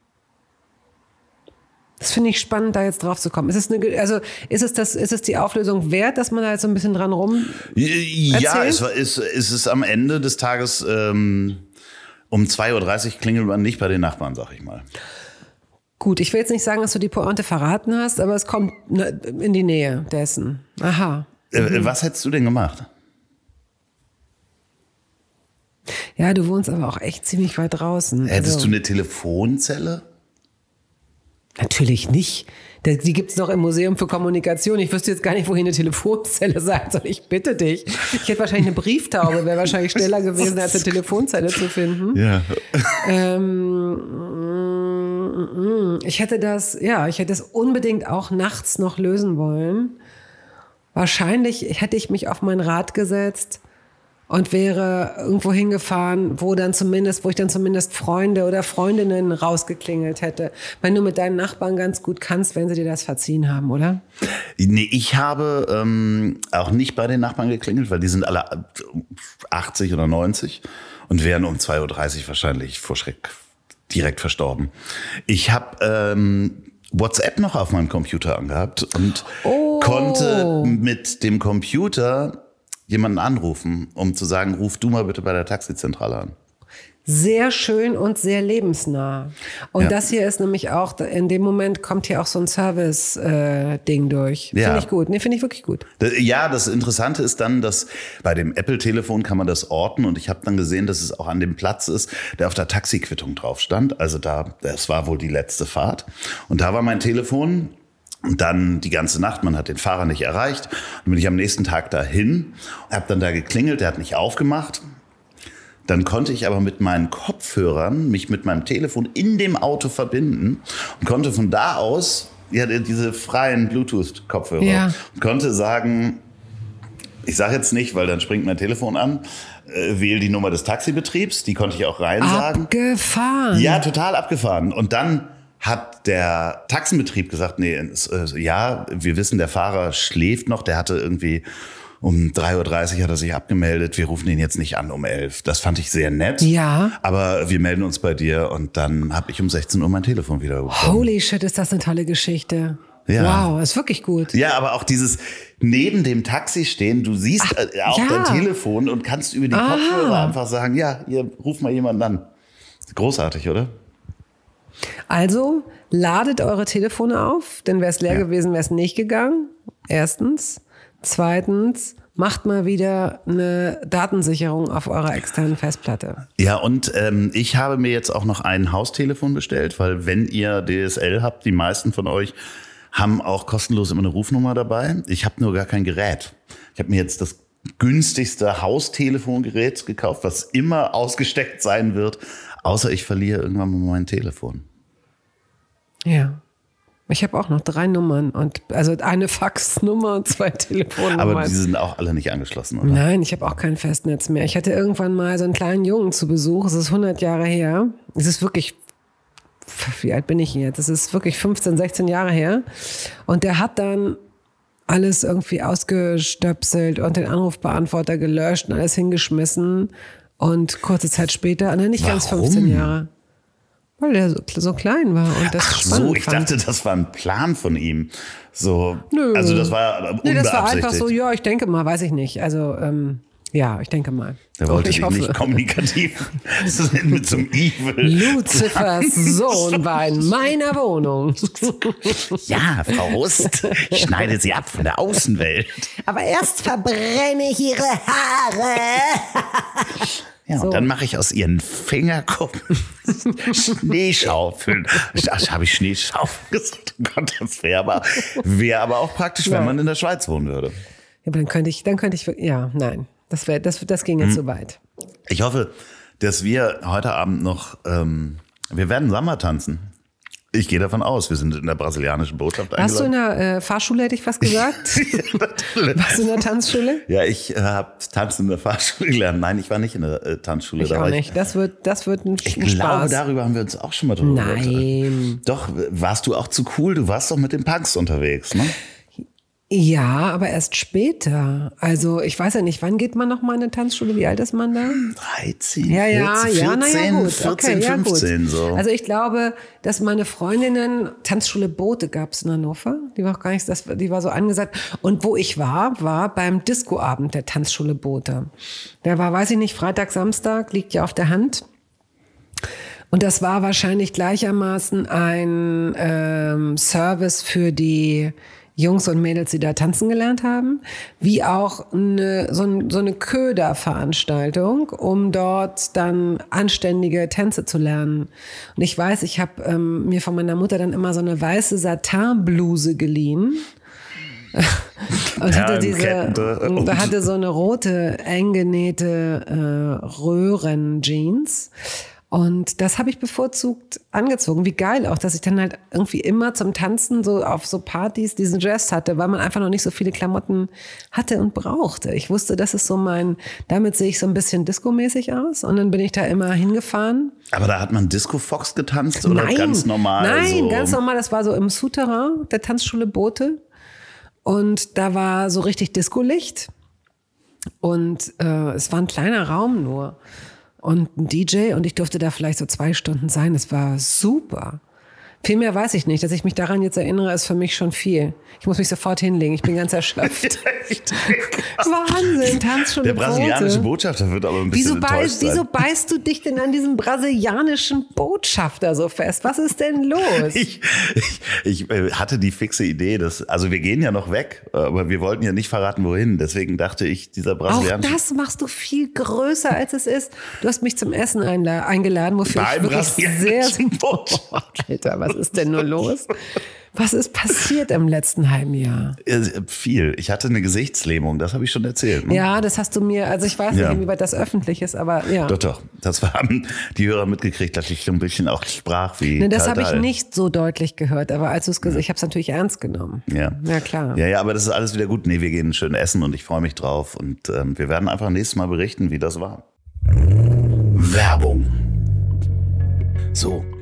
Das finde ich spannend, da jetzt drauf zu kommen. Ist es eine, also ist es das, ist es die Auflösung wert, dass man da jetzt so ein bisschen dran rum Ja, erzählt? es, war, es, es ist am Ende des Tages ähm, um zwei Uhr dreißig klingelt man nicht bei den Nachbarn, sag ich mal. Gut, ich will jetzt nicht sagen, dass du die Pointe verraten hast, aber es kommt in die Nähe dessen. Aha. Äh, was hättest du denn gemacht? Ja, du wohnst aber auch echt ziemlich weit draußen. Hättest also, du eine Telefonzelle? Natürlich nicht. Die gibt's noch im Museum für Kommunikation. Ich wüsste jetzt gar nicht, wohin eine Telefonzelle sein soll. Ich bitte dich. Ich hätte wahrscheinlich eine Brieftaube, wäre wahrscheinlich schneller gewesen, als eine Telefonzelle zu finden. Ja. Ähm, ich hätte das, ja, ich hätte es unbedingt auch nachts noch lösen wollen. Wahrscheinlich hätte ich mich auf mein Rad gesetzt und wäre irgendwo hingefahren, wo dann zumindest, wo ich dann zumindest Freunde oder Freundinnen rausgeklingelt hätte. Wenn du mit deinen Nachbarn ganz gut kannst, wenn sie dir das verziehen haben, oder? Nee, ich habe ähm, auch nicht bei den Nachbarn geklingelt, weil die sind alle achtzig oder neunzig und wären um zwei Uhr dreißig wahrscheinlich vor Schreck direkt verstorben. Ich habe ähm, WhatsApp noch auf meinem Computer angehabt und oh. konnte mit dem Computer jemanden anrufen, um zu sagen, ruf du mal bitte bei der Taxizentrale an. Sehr schön und sehr lebensnah. Und Ja. das hier ist nämlich auch, in dem Moment kommt hier auch so ein Service-Ding durch. Ja. Finde ich gut. Nee, finde ich wirklich gut. Ja, das Interessante ist dann, dass bei dem Apple-Telefon kann man das orten und ich habe dann gesehen, dass es auch an dem Platz ist, der auf der Taxiquittung drauf stand. Also da, das war wohl die letzte Fahrt. Und da war mein Telefon. Und dann die ganze Nacht, man hat den Fahrer nicht erreicht. Dann bin ich am nächsten Tag dahin, habe dann da geklingelt, der hat nicht aufgemacht. Dann konnte ich aber mit meinen Kopfhörern mich mit meinem Telefon in dem Auto verbinden und konnte von da aus, ja, diese freien Bluetooth-Kopfhörer, Ja. und konnte sagen, ich sage jetzt nicht, weil dann springt mein Telefon an, äh, wähle die Nummer des Taxibetriebs, die konnte ich auch reinsagen. Abgefahren. Ja, total abgefahren. Und dann hat der Taxenbetrieb gesagt, nee, es, äh, ja, wir wissen, der Fahrer schläft noch, der hatte irgendwie Um drei Uhr dreißig hat er sich abgemeldet. Wir rufen ihn jetzt nicht an um elf. Das fand ich sehr nett. Ja. Aber wir melden uns bei dir und dann habe ich um sechzehn Uhr mein Telefon wieder bekommen. Holy shit, ist das eine tolle Geschichte. Ja. Wow, ist wirklich gut. Ja, aber auch dieses neben dem Taxi stehen, du siehst Ach, auch ja. dein Telefon und kannst über die Aha. Kopfhörer einfach sagen, ja, hier, ruf mal jemanden an. Großartig, oder? Also, ladet eure Telefone auf, denn wäre es leer ja. gewesen, wäre es nicht gegangen. Erstens. Zweitens, macht mal wieder eine Datensicherung auf eurer externen Festplatte. Ja, und ähm, ich habe mir jetzt auch noch ein Haustelefon bestellt, weil wenn ihr D S L habt, die meisten von euch haben auch kostenlos immer eine Rufnummer dabei. Ich habe nur gar kein Gerät. Ich habe mir jetzt das günstigste Haustelefongerät gekauft, was immer ausgesteckt sein wird, außer ich verliere irgendwann mal mein Telefon. Ja. Ich habe auch noch drei Nummern und also eine Faxnummer und zwei Telefonnummern. Aber die sind auch alle nicht angeschlossen, oder? Nein, ich habe auch kein Festnetz mehr. Ich hatte irgendwann mal so einen kleinen Jungen zu Besuch. Es ist hundert Jahre her. Es ist wirklich, wie alt bin ich jetzt? Es ist wirklich fünfzehn, sechzehn Jahre her. Und der hat dann alles irgendwie ausgestöpselt und den Anrufbeantworter gelöscht und alles hingeschmissen. Und kurze Zeit später, nein, nicht Warum? ganz fünfzehn Jahre. Weil der so, so klein war und das Ach spannend so, ich fand. dachte, das war ein Plan von ihm. So, Nö. Also das war unbeabsichtigt. Nee, das war einfach so, ja, ich denke mal, weiß ich nicht. Also, ähm, ja, ich denke mal. Der wollte ich dich hoffe. nicht kommunikativ mit so einem Evil. Luzifers Sohn war in meiner Wohnung. Ja, Frau Rust, ich schneide sie ab von der Außenwelt. Aber erst verbrenne ich ihre Haare. Ja, So. und dann mache ich aus ihren Fingerkuppen Schneeschaufeln. Ach, habe ich Schneeschaufeln gesagt? Oh Gott, das wäre aber, wär aber auch praktisch, Ja. wenn man in der Schweiz wohnen würde. Ja, aber dann könnte ich, dann könnte ich, ja, nein, das wäre, das, das ging jetzt Hm. so weit. Ich hoffe, dass wir heute Abend noch, ähm, wir werden Samba tanzen. Ich gehe davon aus, wir sind in der brasilianischen Botschaft eingeladen. Warst du in der äh, Fahrschule, hätte ich fast gesagt? Warst du in der Tanzschule? Ja, ich äh, habe Tanzen in der Fahrschule gelernt. Nein, ich war nicht in der äh, Tanzschule. Ich da auch war nicht. Das wird, das wird ein, Ich ein glaube, Spaß. darüber haben wir uns auch schon mal drüber Nein. Doch, warst du auch zu cool? Du warst doch mit den Punks unterwegs, ne? Ja, aber erst später. Also ich weiß ja nicht, wann geht man noch mal in eine Tanzschule? Wie alt ist man da? dreizehn, Ja, ja, vierzehn, ja, na ja, gut. vierzehn, Okay, ja, gut. fünfzehn so. Also ich glaube, dass meine Freundinnen, Tanzschule Bote gab es in Hannover, die war auch gar nicht, das, die war so angesagt. Und wo ich war, war beim Discoabend der Tanzschule Bote. Der war, weiß ich nicht, Freitag, Samstag, liegt ja auf der Hand. Und das war wahrscheinlich gleichermaßen ein ähm, Service für die Jungs und Mädels, die da tanzen gelernt haben, wie auch eine, so, ein, so eine Köderveranstaltung, um dort dann anständige Tänze zu lernen. Und ich weiß, ich habe ähm, mir von meiner Mutter dann immer so eine weiße Satinbluse geliehen. Und hatte diese, da hatte so eine rote, eng genähte äh, Röhrenjeans. Und das habe ich bevorzugt angezogen. Wie geil auch, dass ich dann halt irgendwie immer zum Tanzen so auf so Partys diesen Dress hatte, weil man einfach noch nicht so viele Klamotten hatte und brauchte. Ich wusste, das ist so mein, damit sehe ich so ein bisschen discomäßig aus. Und dann bin ich da immer hingefahren. Aber da hat man Disco Fox getanzt oder Nein, ganz normal? Nein, so? ganz normal. Das war so im Souterrain der Tanzschule Bote. Und da war so richtig Discolicht. Und äh, es war ein kleiner Raum nur. Und ein D J und ich durfte da vielleicht so zwei Stunden sein. Das war super. Viel mehr weiß ich nicht. Dass ich mich daran jetzt erinnere, ist für mich schon viel. Ich muss mich sofort hinlegen. Ich bin ganz erschöpft. Wahnsinn, Tanzschule Der brasilianische Bote. Botschafter wird aber ein bisschen Wieso, enttäuscht beißt, sein. wieso beißt du dich denn an diesem brasilianischen Botschafter so fest? Was ist denn los? Ich, ich, ich äh, hatte die fixe Idee, dass, also wir gehen ja noch weg, aber wir wollten ja nicht verraten, wohin. Deswegen dachte ich, dieser Auch brasilianische... das machst du viel größer, als es ist. Du hast mich zum Essen einla- eingeladen, wofür Beim ich wirklich sehr... brasilianischen Botschafter. Alter, was ist denn nur los? Was ist passiert im letzten halben Jahr? Äh, Viel. Ich hatte eine Gesichtslähmung, das habe ich schon erzählt. Ne? Ja, das hast du mir, also ich weiß nicht, Ja. inwieweit das öffentlich ist, aber ja. Doch, doch. Das haben die Hörer mitgekriegt, dass ich so ein bisschen auch sprach wie Ne, das habe ich Kardal. nicht so deutlich gehört, aber als du es gesagt hast, ich habe es natürlich ernst genommen. Ja. Ja, klar. Ja, ja, aber das ist alles wieder gut. Nee, wir gehen schön essen und ich freue mich drauf. Und ähm, wir werden einfach nächstes Mal berichten, wie das war. Werbung. So,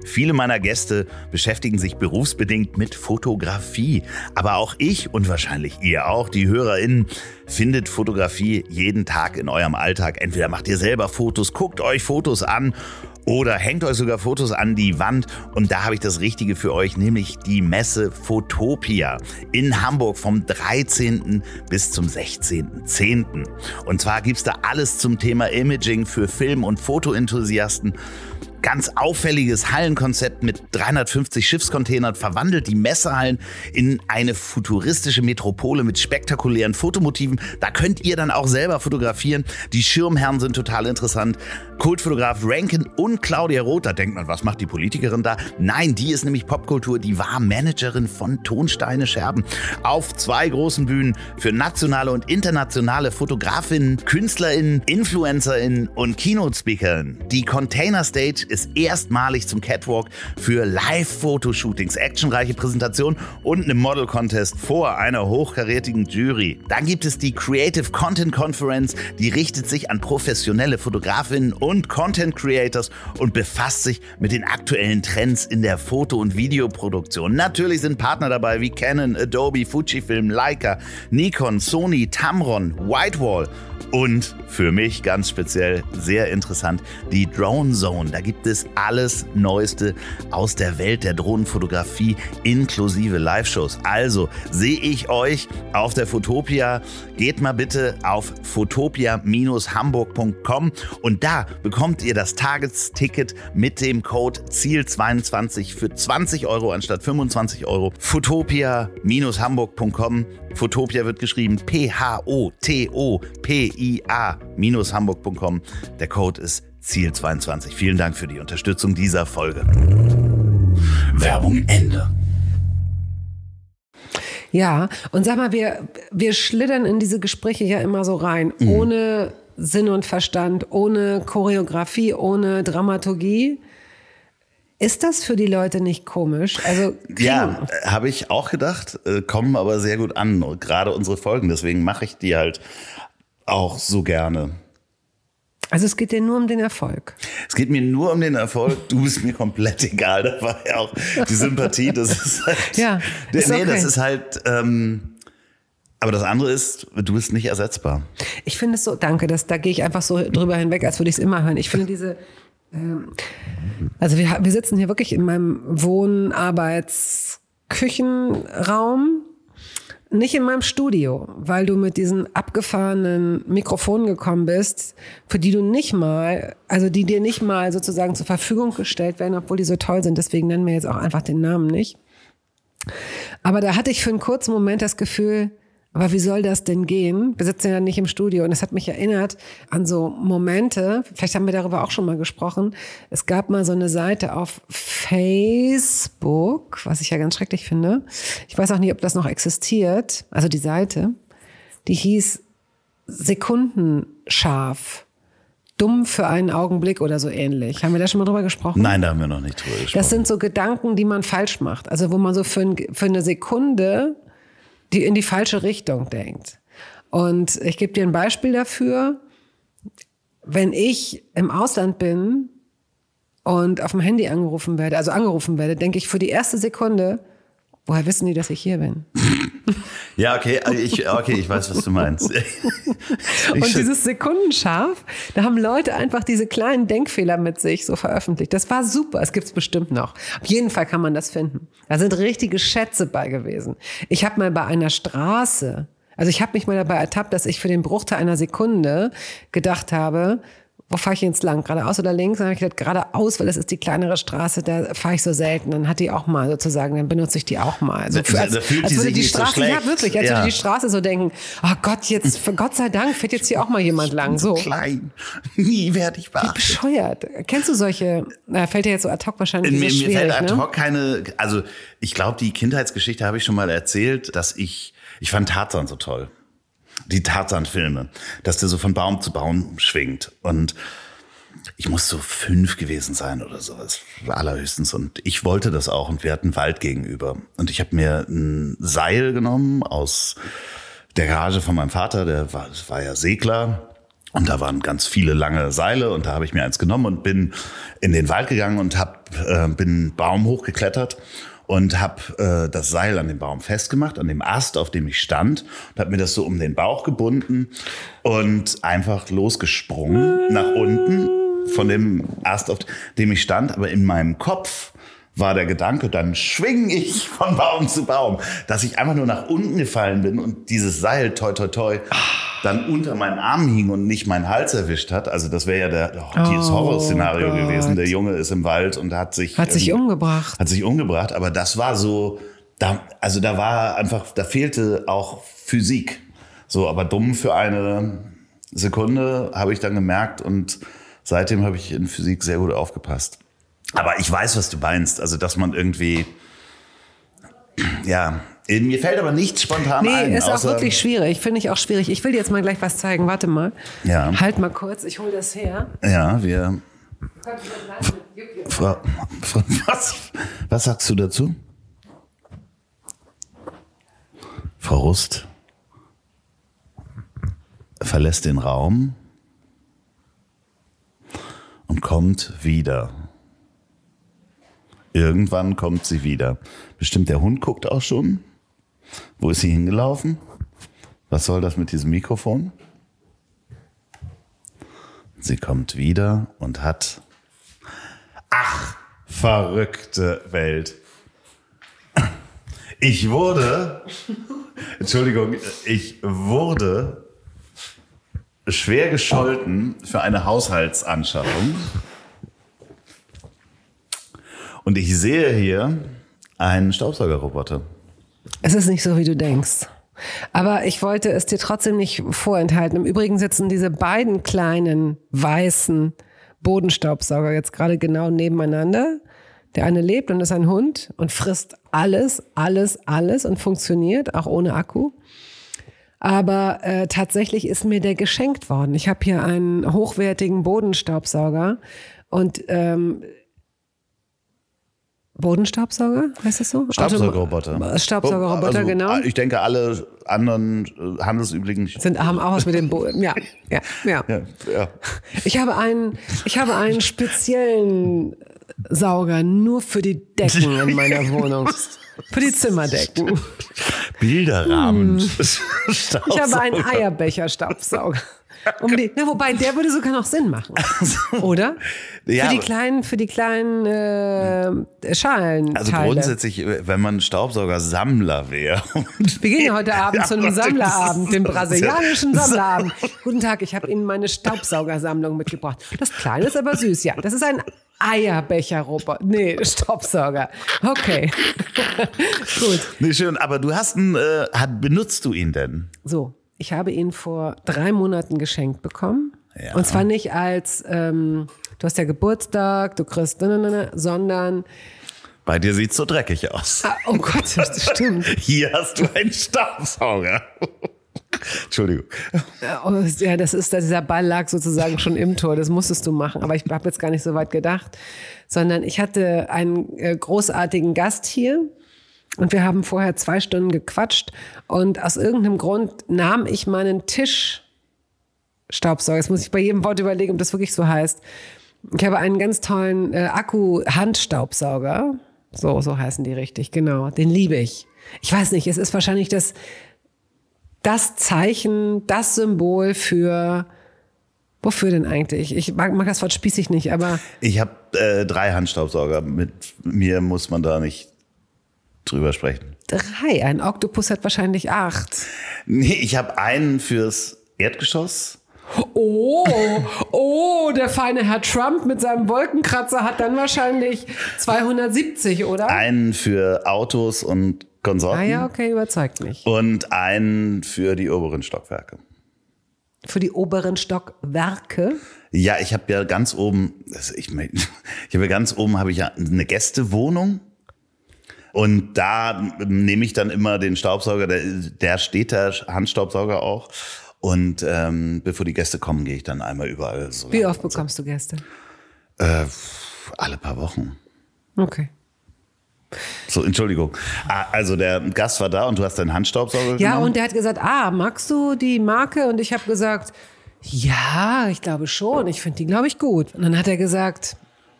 Viele meiner Gäste beschäftigen sich berufsbedingt mit Fotografie. Aber auch ich und wahrscheinlich ihr auch, die HörerInnen, findet Fotografie jeden Tag in eurem Alltag. Entweder macht ihr selber Fotos, guckt euch Fotos an oder hängt euch sogar Fotos an die Wand. Und da habe ich das Richtige für euch, nämlich die Messe Fotopia in Hamburg vom dreizehnten bis zum sechzehnten zehnten Und zwar gibt's da alles zum Thema Imaging für Film- und Fotoenthusiasten. Ganz auffälliges Hallenkonzept mit dreihundertfünfzig Schiffscontainern verwandelt die Messehallen in eine futuristische Metropole mit spektakulären Fotomotiven. Da könnt ihr dann auch selber fotografieren. Die Schirmherren sind total interessant. Kultfotograf Rankin und Claudia Roth. Da denkt man, was macht die Politikerin da? Nein, die ist nämlich Popkultur. Die war Managerin von Tonsteine Scherben. Auf zwei großen Bühnen für nationale und internationale Fotografinnen, KünstlerInnen, InfluencerInnen und Keynote-SpeakerInnen. Die Container Stage ist erstmalig zum Catwalk für Live-Fotoshootings, actionreiche Präsentationen und einem Model-Contest vor einer hochkarätigen Jury. Dann gibt es die Creative Content Conference, die richtet sich an professionelle Fotografinnen und Content Creators und befasst sich mit den aktuellen Trends in der Foto- und Videoproduktion. Natürlich sind Partner dabei wie Canon, Adobe, Fujifilm, Leica, Nikon, Sony, Tamron, Whitewall und für mich ganz speziell sehr interessant die Drone Zone. Da gibt es alles Neueste aus der Welt der Drohnenfotografie inklusive Live-Shows. Also sehe ich euch auf der Fotopia. Geht mal bitte auf fotopia Bindestrich hamburg Punkt com und da bekommt ihr das Tagesticket mit dem Code Ziel zweiundzwanzig für zwanzig Euro anstatt fünfundzwanzig Euro. fotopia Bindestrich hamburg Punkt com. Fotopia wird geschrieben P H O T O P I A Bindestrich hamburg Punkt com. Der Code ist Ziel zweiundzwanzig. Vielen Dank für die Unterstützung dieser Folge. Werbung Ende. Ja, und sag mal, wir, wir schlittern in diese Gespräche ja immer so rein, mhm. ohne Sinn und Verstand, ohne Choreografie, ohne Dramaturgie. Ist das für die Leute nicht komisch? Also ja, habe ich auch gedacht, äh, kommen aber sehr gut an, gerade unsere Folgen. Deswegen mache ich die halt auch so gerne. Also es geht dir nur um den Erfolg. Es geht mir nur um den Erfolg. Du bist mir komplett egal. Da war ja auch die Sympathie. Das ist halt. Ja, ist nee, okay. das ist halt. Ähm, aber das andere ist, du bist nicht ersetzbar. Ich finde es so. Danke, das, da gehe ich einfach so drüber hinweg, als würde ich es immer hören. Ich finde diese. Ähm, also wir, wir sitzen hier wirklich in meinem Wohn-, Arbeits-, Küchenraum. Nicht in meinem Studio, weil du mit diesen abgefahrenen Mikrofonen gekommen bist, für die du nicht mal, also die dir nicht mal sozusagen zur Verfügung gestellt werden, obwohl die so toll sind. Deswegen nennen wir jetzt auch einfach den Namen nicht. Aber da hatte ich für einen kurzen Moment das Gefühl, aber wie soll das denn gehen? Wir sitzen ja nicht im Studio und es hat mich erinnert an so Momente, vielleicht haben wir darüber auch schon mal gesprochen. Es gab mal so eine Seite auf Facebook, was ich ja ganz schrecklich finde. Ich weiß auch nicht, ob das noch existiert. Also die Seite, die hieß Sekundenscharf. Dumm für einen Augenblick oder so ähnlich. Haben wir da schon mal drüber gesprochen? Nein, da haben wir noch nicht drüber gesprochen. Das sind so Gedanken, die man falsch macht. Also wo man so für, ein, für eine Sekunde die in die falsche Richtung denkt. Und ich gebe dir ein Beispiel dafür. Wenn ich im Ausland bin und auf dem Handy angerufen werde, also angerufen werde, denke ich für die erste Sekunde, woher wissen die, dass ich hier bin? Ja, okay, ich, okay, ich weiß, was du meinst. Und dieses Sekundenscharf, da haben Leute einfach diese kleinen Denkfehler mit sich so veröffentlicht. Das war super, es gibt's bestimmt noch. Auf jeden Fall kann man das finden. Da sind richtige Schätze bei gewesen. Ich habe mal bei einer Straße, also ich habe mich mal dabei ertappt, dass ich für den Bruchteil einer Sekunde gedacht habe, wo fahre ich jetzt lang? Geradeaus oder links? Dann habe ich gedacht, geradeaus, weil das ist die kleinere Straße, da fahre ich so selten. Dann hat die auch mal sozusagen, dann benutze ich die auch mal. So für, als, da fühlt als die würde sich die nicht Straße, so schlecht. ja wirklich, als ja. würde die Straße so denken, oh Gott, jetzt, für Gott sei Dank fährt jetzt hier auch mal jemand ich lang. Bin so so klein, nie werde ich Wie beachtet. bescheuert. Kennst du solche, na, fällt dir jetzt so ad hoc wahrscheinlich Mir, mir schwierig, fällt ad ne? hoc keine, also ich glaube, die Kindheitsgeschichte habe ich schon mal erzählt, dass ich, ich fand Tarzan so toll. Die Tarzan-Filme, dass der so von Baum zu Baum schwingt und ich muss so fünf gewesen sein oder sowas, allerhöchstens. Und ich wollte das auch und wir hatten einen Wald gegenüber. Und ich habe mir ein Seil genommen aus der Garage von meinem Vater, der war, war ja Segler. Und da waren ganz viele lange Seile und da habe ich mir eins genommen und bin in den Wald gegangen und hab, äh, bin einen Baum hochgeklettert und habe äh, das Seil an dem Baum festgemacht, an dem Ast, auf dem ich stand, und habe mir das so um den Bauch gebunden und einfach losgesprungen nach unten von dem Ast, auf dem ich stand. Aber in meinem Kopf war der Gedanke, dann schwinge ich von Baum zu Baum, dass ich einfach nur nach unten gefallen bin und dieses Seil, toi, toi, toi, dann unter meinen Arm hing und nicht meinen Hals erwischt hat. Also das wäre ja der, oh, dieses Oh Horrorszenario Gott. gewesen. Der Junge ist im Wald und hat sich... Hat sich ähm, umgebracht. Hat sich umgebracht, aber das war so, da, also da war einfach, da fehlte auch Physik. So, aber dumm für eine Sekunde habe ich dann gemerkt und seitdem habe ich in Physik sehr gut aufgepasst. Aber ich weiß, was du meinst. Also, dass man irgendwie, ja, mir fällt aber nichts spontan Nee, ein. ist auch außer, wirklich schwierig. Finde ich auch schwierig. Ich will dir jetzt mal gleich was zeigen. Warte mal. Ja. Halt mal kurz. Ich hole das her. Ja, wir. Frau, Frau, was, was sagst du dazu? Frau Rust verlässt den Raum und kommt wieder. Irgendwann kommt sie wieder. Bestimmt der Hund guckt auch schon. Wo ist sie hingelaufen? Was soll das mit diesem Mikrofon? Sie kommt wieder und hat... Ach, verrückte Welt. Ich wurde... Entschuldigung, ich wurde schwer gescholten für eine Haushaltsanschaffung. Und ich sehe hier einen Staubsaugerroboter. Es ist nicht so, wie du denkst. Aber ich wollte es dir trotzdem nicht vorenthalten. Im Übrigen sitzen diese beiden kleinen, weißen Bodenstaubsauger jetzt gerade genau nebeneinander. Der eine lebt und ist ein Hund und frisst alles, alles, alles und funktioniert, auch ohne Akku. Aber äh, tatsächlich ist mir der geschenkt worden. Ich habe hier einen hochwertigen Bodenstaubsauger und ähm, Bodenstaubsauger, heißt das so? Staubsaugerroboter. Staubsaugerroboter, also, genau. Ich denke, alle anderen äh, handelsüblichen... Sind haben auch was mit dem Boden. Ja, ja, ja. Ja, ja. Ich habe einen, ich habe einen speziellen Sauger nur für die Decken in meiner Wohnung. Für die Zimmerdecken. Bilderrahmen. Hm. Ich habe einen Eierbecher-Staubsauger. Um die, na, wobei, der würde sogar noch Sinn machen. Oder? Ja, für die kleinen, für die kleinen äh, Schalenteile. Also grundsätzlich, wenn man Staubsaugersammler wäre. Wir gehen ja heute Abend Ja, zu einem Sammlerabend, dem brasilianischen Ja. Sammlerabend. Guten Tag, ich habe Ihnen meine Staubsaugersammlung mitgebracht. Das Kleine ist aber süß, ja. Das ist ein Eierbecher-Roboter. Nee, Staubsauger. Okay. Gut. Nee, schön, aber du hast einen, äh, hat, benutzt du ihn denn? So, ich habe ihn vor drei Monaten geschenkt bekommen. Ja. Und zwar nicht als, ähm, du hast ja Geburtstag, du kriegst, ne, ne, ne, sondern... Bei dir sieht's so dreckig aus. Ah, oh Gott, das stimmt. Hier hast du einen Staubsauger. Entschuldigung. Ja, das ist, dieser Ball lag sozusagen schon im Tor, das musstest du machen. Aber ich habe jetzt gar nicht so weit gedacht, sondern ich hatte einen äh, großartigen Gast hier und wir haben vorher zwei Stunden gequatscht und aus irgendeinem Grund nahm ich meinen Tischstaubsauger. Jetzt muss ich bei jedem Wort überlegen, ob das wirklich so heißt. Ich habe einen ganz tollen äh, Akku-Handstaubsauger. So, so heißen die richtig, genau. Den liebe ich. Ich weiß nicht, es ist wahrscheinlich das das Zeichen, das Symbol für, wofür denn eigentlich? Ich mag, mag das Wort spießig nicht, aber... Ich habe äh, drei Handstaubsauger. Mit mir muss man da nicht drüber sprechen. Drei? Ein Oktopus hat wahrscheinlich acht. Nee, ich habe einen fürs Erdgeschoss. Oh, oh, der feine Herr Trump mit seinem Wolkenkratzer hat dann wahrscheinlich zweihundertsiebzig, oder? Einen für Autos und Konsorten. Ah ja, okay, überzeugt mich. Und einen für die oberen Stockwerke. Für die oberen Stockwerke? Ja, ich habe ja ganz oben, ich, mein, ich habe ja ganz oben habe ich ja eine Gästewohnung. Und da nehme ich dann immer den Staubsauger, der, der steht der Handstaubsauger auch. Und ähm, bevor die Gäste kommen, gehe ich dann einmal überall so. Wie oft bekommst du Gäste? Äh, alle paar Wochen. Okay. So, Entschuldigung. Ah, also der Gast war da und du hast deinen Handstaubsauger Ja, genommen? und der hat gesagt, ah, magst du die Marke? Und ich habe gesagt, Ja, ich glaube schon. Ich finde die, glaube ich, gut. Und dann hat er gesagt,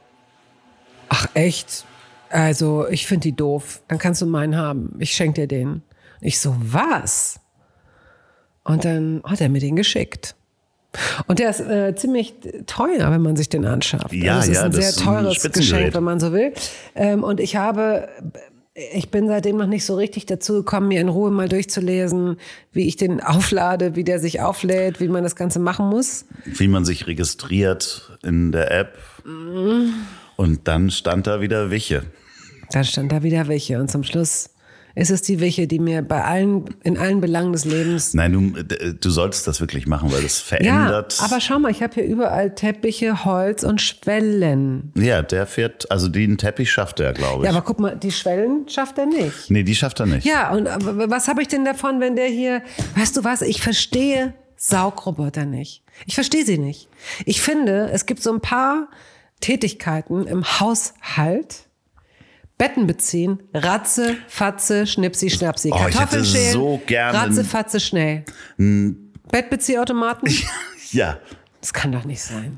ach echt? Also ich finde die doof. Dann kannst du meinen haben. Ich schenke dir den. Ich so, was? Und dann hat er mir den geschickt. Und der ist äh, ziemlich teuer, wenn man sich den anschafft. Ja, also es ist ja, ein das sehr ist ein teures Spitzengerät. Geschenk, wenn man so will. Ähm, und ich habe, ich bin seitdem noch nicht so richtig dazu gekommen, mir in Ruhe mal durchzulesen, wie ich den auflade, wie der sich auflädt, wie man das Ganze machen muss. Wie man sich registriert in der App. Mhm. Und dann stand da wieder Wiche. Dann stand da wieder Wiche. Und zum Schluss ist es die Wiche, die mir bei allen, in allen Belangen des Lebens... Nein, du, du solltest das wirklich machen, weil das verändert... Ja, aber schau mal, ich habe hier überall Teppiche, Holz und Schwellen. Ja, der fährt, also den Teppich schafft er, glaube ich. Ja, aber guck mal, die Schwellen schafft er nicht. Nee, die schafft er nicht. Ja, und was habe ich denn davon, wenn der hier... Weißt du was, ich verstehe Saugroboter nicht. Ich verstehe sie nicht. Ich finde, es gibt so ein paar Tätigkeiten im Haushalt... Betten beziehen, Ratze, Fatze, Schnipsi, Schnapsi. Oh, Kartoffeln schälen, so Ratze, Fatze, schnell. Hm. Bettbeziehautomaten? Ja. Das kann doch nicht sein.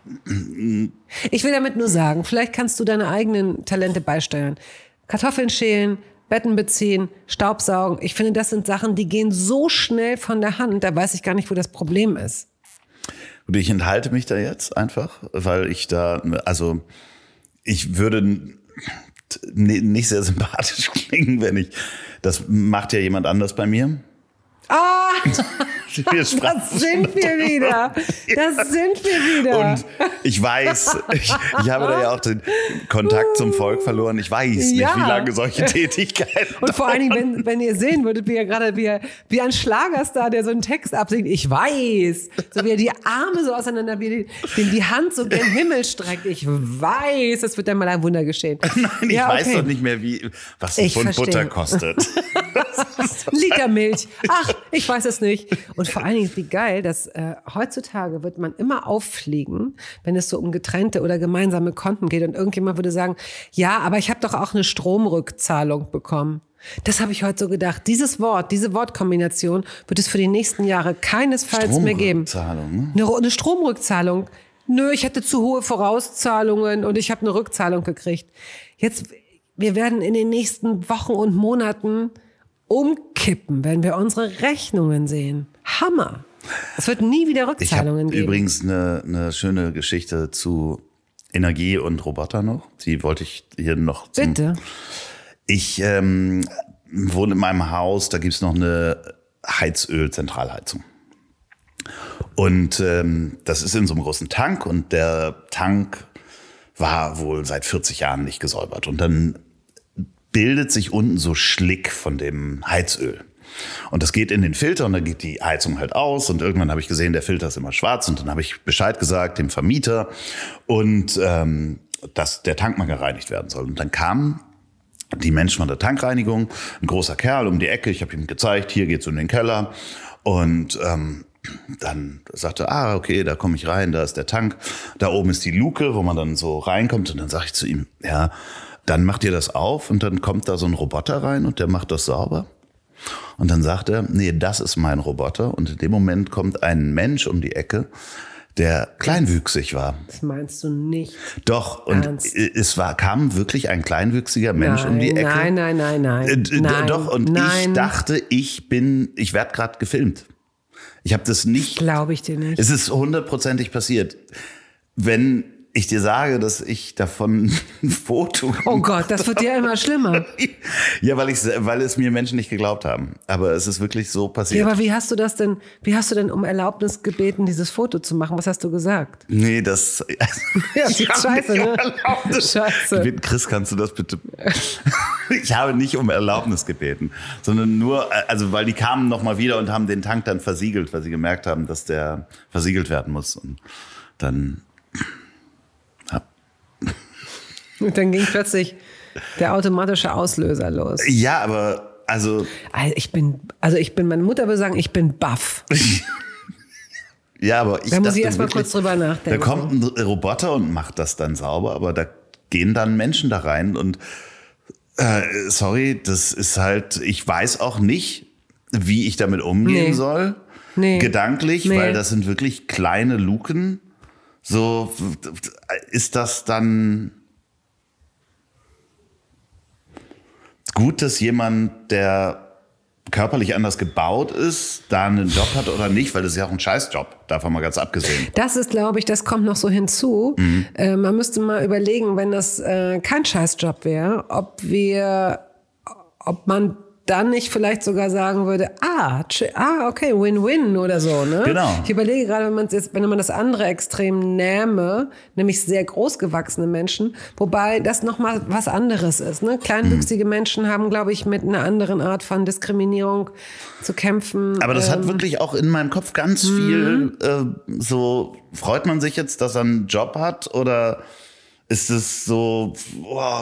Ich will damit nur sagen, vielleicht kannst du deine eigenen Talente beisteuern. Kartoffeln schälen, Betten beziehen, Staubsaugen. Ich finde, das sind Sachen, die gehen so schnell von der Hand, da weiß ich gar nicht, wo das Problem ist. Und ich enthalte mich da jetzt einfach, weil ich da, also ich würde... nicht sehr sympathisch klingen, wenn ich, das macht ja jemand anders bei mir. Ah, das sind wir wieder. Das sind wir wieder. Und ich weiß, ich, ich habe da ja auch den Kontakt zum Volk verloren. Ich weiß nicht, ja. wie lange solche Tätigkeiten Und vor allen Dingen, wenn, wenn ihr sehen würdet, wie er gerade wie, wie ein Schlagerstar, der so einen Text absingt. Ich weiß. So wie er die Arme so auseinander, wie die, die Hand so gen Himmel streckt. Ich weiß, das wird dann mal ein Wunder geschehen. Nein, ich ja, okay. weiß doch nicht mehr, wie, was ein Pfund Butter kostet. Ein Liter Milch. Ach, ich weiß es nicht. Und vor allen Dingen, wie geil, dass äh, heutzutage wird man immer auffliegen, wenn es so um getrennte oder gemeinsame Konten geht. Und irgendjemand würde sagen, ja, aber ich habe doch auch eine Stromrückzahlung bekommen. Das habe ich heute so gedacht. Dieses Wort, diese Wortkombination wird es für die nächsten Jahre keinesfalls mehr geben. Stromrückzahlung, ne? Eine, eine Stromrückzahlung. Nö, ich hatte zu hohe Vorauszahlungen und ich habe eine Rückzahlung gekriegt. Jetzt, wir werden in den nächsten Wochen und Monaten umkippen, wenn wir unsere Rechnungen sehen. Hammer. Es wird nie wieder Rückzahlungen ich geben. Übrigens eine, eine schöne Geschichte zu Energie und Roboter noch. Die wollte ich hier noch zum... Bitte. Ich ähm, wohne in meinem Haus, da gibt's noch eine Heizöl-Zentralheizung. Und ähm, das ist in so einem großen Tank und der Tank war wohl seit vierzig Jahren nicht gesäubert. Und dann bildet sich unten so Schlick von dem Heizöl. Und das geht in den Filter und dann geht die Heizung halt aus. Und irgendwann habe ich gesehen, der Filter ist immer schwarz. Und dann habe ich Bescheid gesagt dem Vermieter und ähm, dass der Tank mal gereinigt werden soll. Und dann kamen die Menschen von der Tankreinigung, ein großer Kerl um die Ecke. Ich habe ihm gezeigt, hier geht's in den Keller. Und ähm, dann sagte er, ah, okay, da komme ich rein, da ist der Tank. Da oben ist die Luke, wo man dann so reinkommt. Und dann sage ich zu ihm, ja, dann macht ihr das auf und dann kommt da so ein Roboter rein und der macht das sauber. Und dann sagt er, nee, das ist mein Roboter. Und in dem Moment kommt ein Mensch um die Ecke, der kleinwüchsig war. Das meinst du nicht. Doch, und Ernst? es war, kam wirklich ein kleinwüchsiger Mensch nein, um die Ecke. Nein, nein, nein, nein. Äh, nein doch, und nein. ich dachte, ich bin, ich werde gerade gefilmt. Ich habe das nicht. Glaube ich dir nicht. Es ist hundertprozentig passiert. Wenn ich dir sage, dass ich davon ein Foto... Oh Gott, das wird ja immer schlimmer. Ja, weil, ich, weil es mir Menschen nicht geglaubt haben. Aber es ist wirklich so passiert. Ja, aber wie hast du das denn, wie hast du denn um Erlaubnis gebeten, dieses Foto zu machen? Was hast du gesagt? Nee, das... Ja, das ist scheiße, ne? Scheiße. Chris, kannst du das bitte... Ich habe nicht um Erlaubnis gebeten, sondern nur, also weil die kamen noch mal wieder und haben den Tank dann versiegelt, weil sie gemerkt haben, dass der versiegelt werden muss. Und dann... Und dann ging plötzlich der automatische Auslöser los. Ja, aber also... Also ich bin, also ich bin, meine Mutter würde sagen, ich bin baff. Ja, aber ich Da muss dachte ich erst mal wirklich, kurz drüber nachdenken. Da kommt ein Roboter und macht das dann sauber, aber da gehen dann Menschen da rein und äh, sorry, das ist halt, ich weiß auch nicht, wie ich damit umgehen Nee. soll. nee. gedanklich, nee. weil das sind wirklich kleine Luken. So, ist das dann gut, dass jemand, der körperlich anders gebaut ist, da einen Job hat oder nicht, weil das ist ja auch ein Scheißjob, davon mal ganz abgesehen. Das ist, glaube ich, das kommt noch so hinzu. Mhm. Äh, man müsste mal überlegen, wenn das äh, kein Scheißjob wäre, ob wir, ob man dann nicht vielleicht sogar sagen würde, ah, ah, okay, Win-Win oder so, ne? Genau. Ich überlege gerade, wenn man jetzt, wenn man das andere Extrem nähme, nämlich sehr großgewachsene Menschen, wobei das nochmal was anderes ist, ne? Kleinwüchsige mhm. Menschen haben, glaube ich, mit einer anderen Art von Diskriminierung zu kämpfen. Aber das ähm, hat wirklich auch in meinem Kopf ganz viel, äh, so, freut man sich jetzt, dass er einen Job hat oder ist es so, oh,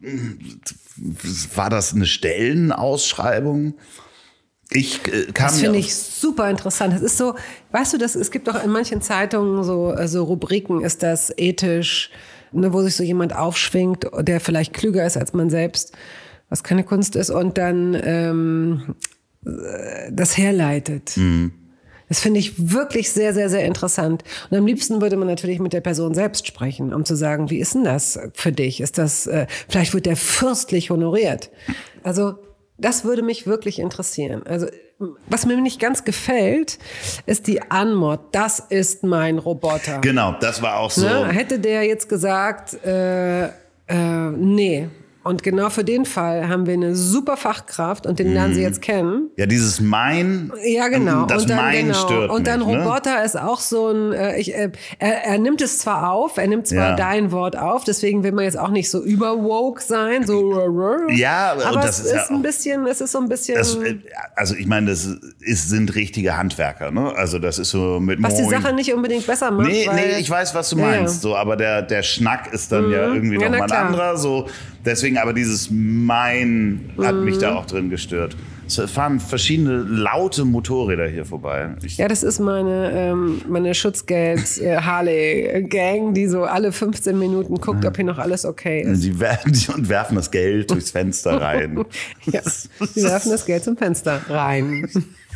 war das eine Stellenausschreibung? Ich äh, kam Das finde ich super interessant. Das ist so, weißt du, das, es gibt auch in manchen Zeitungen so, so Rubriken, ist das ethisch, ne, wo sich so jemand aufschwingt, der vielleicht klüger ist als man selbst, was keine Kunst ist, und dann ähm, das herleitet. Mhm. Das finde ich wirklich sehr, sehr, sehr interessant. Und am liebsten würde man natürlich mit der Person selbst sprechen, um zu sagen, wie ist denn das für dich? Ist das, äh, vielleicht wird der fürstlich honoriert. Also, das würde mich wirklich interessieren. Also, was mir nicht ganz gefällt, ist die Anmod. Das ist mein Roboter. Genau, das war auch so. Ne? Hätte der jetzt gesagt, äh, äh, nee. Und genau für den Fall haben wir eine super Fachkraft und den lernen Sie jetzt kennen. Ja, dieses Mein. Ja, genau. Das und dann, Mein genau. stört Und dann mich, Roboter ne? ist auch so ein, äh, ich, äh, er, er nimmt es zwar auf, er nimmt zwar ja. dein Wort auf, deswegen will man jetzt auch nicht so überwoke sein, so. Ja, aber und das es ist, ist ja ein bisschen, es ist so ein bisschen. Das, also ich meine, das ist, sind richtige Handwerker, ne? Also das ist so mit Was Moin. Die Sache nicht unbedingt besser macht. Nee, weil, nee, ich weiß, was du meinst. Ja, ja. So, aber der, der Schnack ist dann mhm. ja irgendwie ja, nochmal ein anderer. So, deswegen, aber dieses Mein hat mhm. mich da auch drin gestört. Es fahren verschiedene laute Motorräder hier vorbei. Ich ja, das ist meine, ähm, meine Schutzgeld-Harley-Gang, die so alle fünfzehn Minuten guckt, ja. ob hier noch alles okay ist. Die werfen, und werfen das Geld durchs Fenster rein. Ja, die werfen das Geld zum Fenster rein.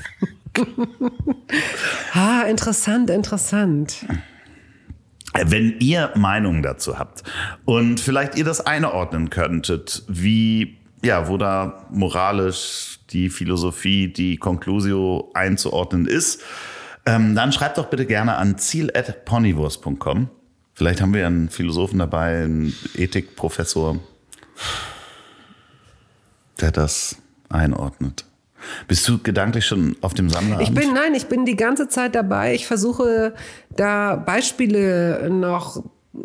Ah, interessant, interessant. Wenn ihr Meinungen dazu habt und vielleicht ihr das einordnen könntet, wie, ja, wo da moralisch die Philosophie, die Conclusio einzuordnen ist, ähm, dann schreibt doch bitte gerne an ziel at ponywurst punkt com. Vielleicht haben wir einen Philosophen dabei, einen Ethikprofessor, der das einordnet. Bist du gedanklich schon auf dem Sammlerabend? Ich bin, nein, ich bin die ganze Zeit dabei. Ich versuche da Beispiele noch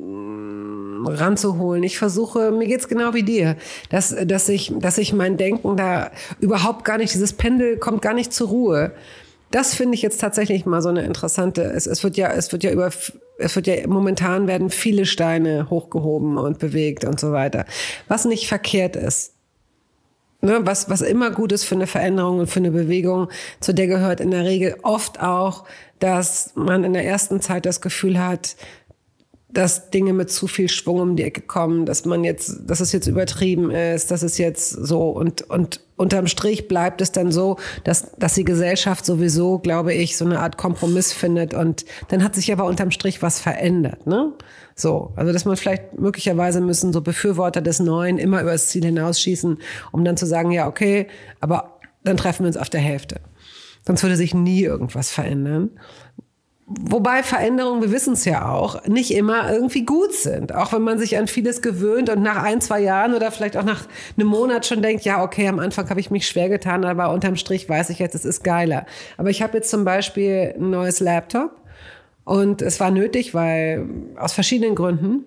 ranzuholen. Ich versuche, mir geht's genau wie dir, dass, dass ich, dass ich mein Denken da überhaupt gar nicht, dieses Pendel kommt gar nicht zur Ruhe. Das finde ich jetzt tatsächlich mal so eine interessante, es, es wird ja, es wird ja über, es wird ja, momentan werden viele Steine hochgehoben und bewegt und so weiter. Was nicht verkehrt ist. Ne, was, was immer gut ist für eine Veränderung und für eine Bewegung, zu der gehört in der Regel oft auch, dass man in der ersten Zeit das Gefühl hat, dass Dinge mit zu viel Schwung um die Ecke kommen, dass man jetzt, dass es jetzt übertrieben ist, dass es jetzt so und, und unterm Strich bleibt es dann so, dass, dass die Gesellschaft sowieso, glaube ich, so eine Art Kompromiss findet und dann hat sich aber unterm Strich was verändert, ne? So. Also, dass man vielleicht möglicherweise müssen so Befürworter des Neuen immer über das Ziel hinausschießen, um dann zu sagen, ja, okay, aber dann treffen wir uns auf der Hälfte. Sonst würde sich nie irgendwas verändern. Wobei Veränderungen, wir wissen es ja auch, nicht immer irgendwie gut sind. Auch wenn man sich an vieles gewöhnt und nach ein, zwei Jahren oder vielleicht auch nach einem Monat schon denkt, ja, okay, am Anfang habe ich mich schwer getan, aber unterm Strich weiß ich jetzt, es ist geiler. Aber ich habe jetzt zum Beispiel ein neues Laptop und es war nötig, weil aus verschiedenen Gründen.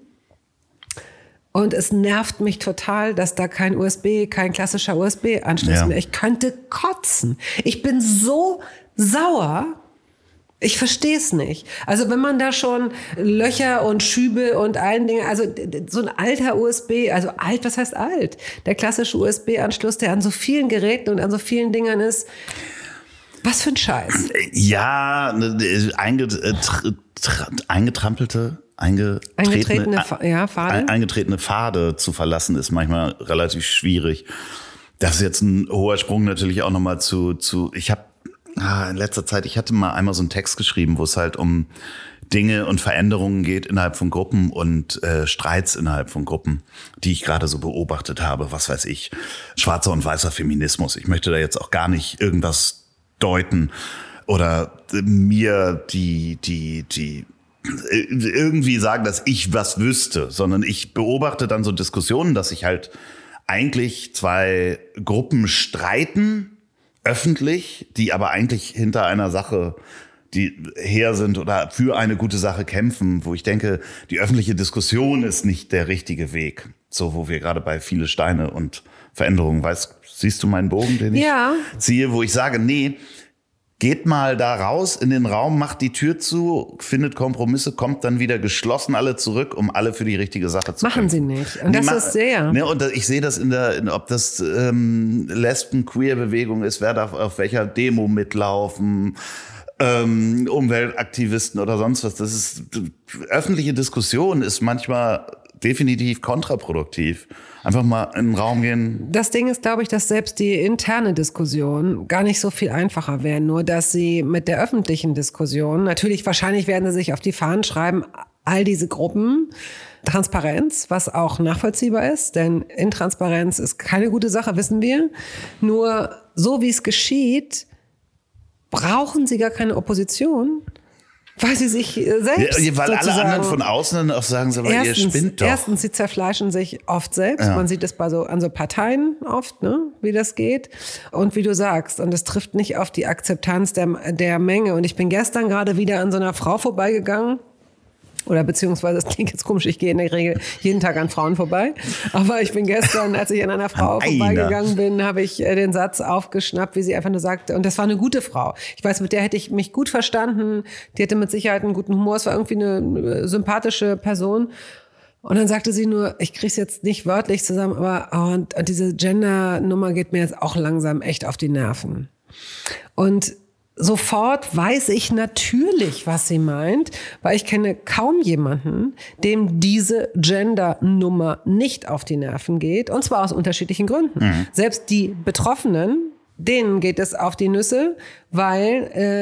Und es nervt mich total, dass da kein U S B, kein klassischer U S B-Anschluss ja. mehr. Ich könnte kotzen. Ich bin so sauer. Ich verstehe es nicht. Also wenn man da schon Löcher und Schübe und allen Dingen, also so ein alter U S B, also alt, was heißt alt? Der klassische U S B-Anschluss, der an so vielen Geräten und an so vielen Dingern ist. Was für ein Scheiß. Ja, einge, eingetrampelte, eingetretene, ja, Pfade. eingetretene Pfade zu verlassen ist manchmal relativ schwierig. Das ist jetzt ein hoher Sprung natürlich auch nochmal zu, zu ich habe ah, in letzter Zeit, ich hatte mal einmal so einen Text geschrieben, wo es halt um Dinge und Veränderungen geht innerhalb von Gruppen und äh, Streits innerhalb von Gruppen, die ich gerade so beobachtet habe. Was weiß ich, schwarzer und weißer Feminismus. Ich möchte da jetzt auch gar nicht irgendwas deuten oder mir die, die, die irgendwie sagen, dass ich was wüsste, sondern ich beobachte dann so Diskussionen, dass sich halt eigentlich zwei Gruppen streiten, öffentlich, die aber eigentlich hinter einer Sache, die her sind oder für eine gute Sache kämpfen, wo ich denke, die öffentliche Diskussion ist nicht der richtige Weg. So, wo wir gerade bei viele Steine und Veränderungen, weißt, siehst du meinen Bogen, den ich ja. ziehe, wo ich sage, nee, geht mal da raus in den Raum, macht die Tür zu, findet Kompromisse, kommt dann wieder geschlossen alle zurück, um alle für die richtige Sache zu Machen kämpfen. Machen sie nicht. Und das nee, ist sehr. Ne, und ich sehe das in der, in, ob das ähm, Lesben-Queer-Bewegung ist, wer darf auf welcher Demo mitlaufen, ähm, Umweltaktivisten oder sonst was. Das ist, öffentliche Diskussion ist manchmal definitiv kontraproduktiv. Einfach mal in den Raum gehen. Das Ding ist, glaube ich, dass selbst die interne Diskussion gar nicht so viel einfacher wäre. Nur, dass sie mit der öffentlichen Diskussion, natürlich wahrscheinlich werden sie sich auf die Fahnen schreiben, all diese Gruppen, Transparenz, was auch nachvollziehbar ist, denn Intransparenz ist keine gute Sache, wissen wir. Nur so wie es geschieht, brauchen sie gar keine Opposition, weil sie sich selbst ja, weil sozusagen, alle anderen von außen dann auch sagen, aber erstens, ihr spinnt doch. Erstens, sie zerfleischen sich oft selbst. Ja. Man sieht es bei so, an so Parteien oft, ne, wie das geht. Und wie du sagst, und es trifft nicht auf die Akzeptanz der, der Menge. Und ich bin gestern gerade wieder an so einer Frau vorbeigegangen. Oder beziehungsweise, das klingt jetzt komisch, ich gehe in der Regel jeden Tag an Frauen vorbei. Aber ich bin gestern, als ich an einer Frau an vorbeigegangen bin, habe ich den Satz aufgeschnappt, wie sie einfach nur sagte, und das war eine gute Frau. Ich weiß, mit der hätte ich mich gut verstanden. Die hatte mit Sicherheit einen guten Humor. Es war irgendwie eine sympathische Person. Und dann sagte sie nur, ich krieg's jetzt nicht wörtlich zusammen, aber oh, und, und diese Gender-Nummer geht mir jetzt auch langsam echt auf die Nerven. Und sofort weiß ich natürlich, was sie meint, weil ich kenne kaum jemanden, dem diese Gender-Nummer nicht auf die Nerven geht, und zwar aus unterschiedlichen Gründen. Mhm. Selbst die Betroffenen, denen geht es auf die Nüsse, weil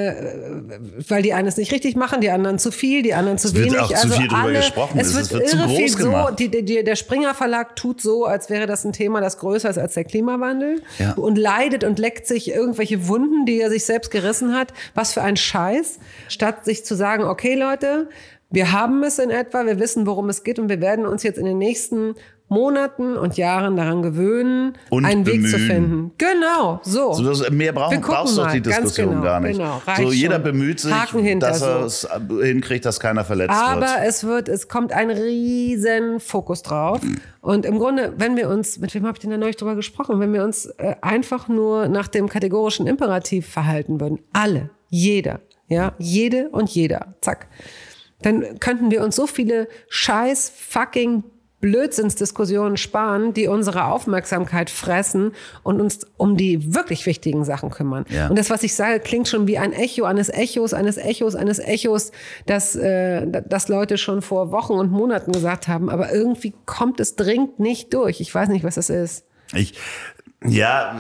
äh, weil die einen es nicht richtig machen, die anderen zu viel, die anderen zu es wenig. Es wird auch also zu viel alle, drüber gesprochen. Es, es wird, wird irre zu viel groß gemacht. so. Die, die, der Springer Verlag tut so, als wäre das ein Thema, das größer ist als der Klimawandel, ja. Und leidet und leckt sich irgendwelche Wunden, die er sich selbst gerissen hat. Was für ein Scheiß. Statt sich zu sagen, okay Leute, wir haben es in etwa, wir wissen, worum es geht, und wir werden uns jetzt in den nächsten Monaten und Jahren daran gewöhnen, und einen bemühen. Weg zu finden. Genau, so. so das, mehr brauchen, brauchst du doch die Diskussion genau, gar nicht. Genau, so jeder schon. Bemüht sich, dass er es so. hinkriegt, dass keiner verletzt Aber wird. Aber es wird, es kommt ein riesen Fokus drauf. Mhm. Und im Grunde, wenn wir uns, mit wem habe ich denn da neulich drüber gesprochen, wenn wir uns äh, einfach nur nach dem kategorischen Imperativ verhalten würden, alle, jeder, ja, jede und jeder, zack, dann könnten wir uns so viele scheiß fucking Blödsinnsdiskussionen sparen, die unsere Aufmerksamkeit fressen und uns um die wirklich wichtigen Sachen kümmern. Ja. Und das, was ich sage, klingt schon wie ein Echo eines Echos, eines Echos, eines Echos, das, äh, das Leute schon vor Wochen und Monaten gesagt haben. Aber irgendwie kommt es dringend nicht durch. Ich weiß nicht, was das ist. Ich... Ja,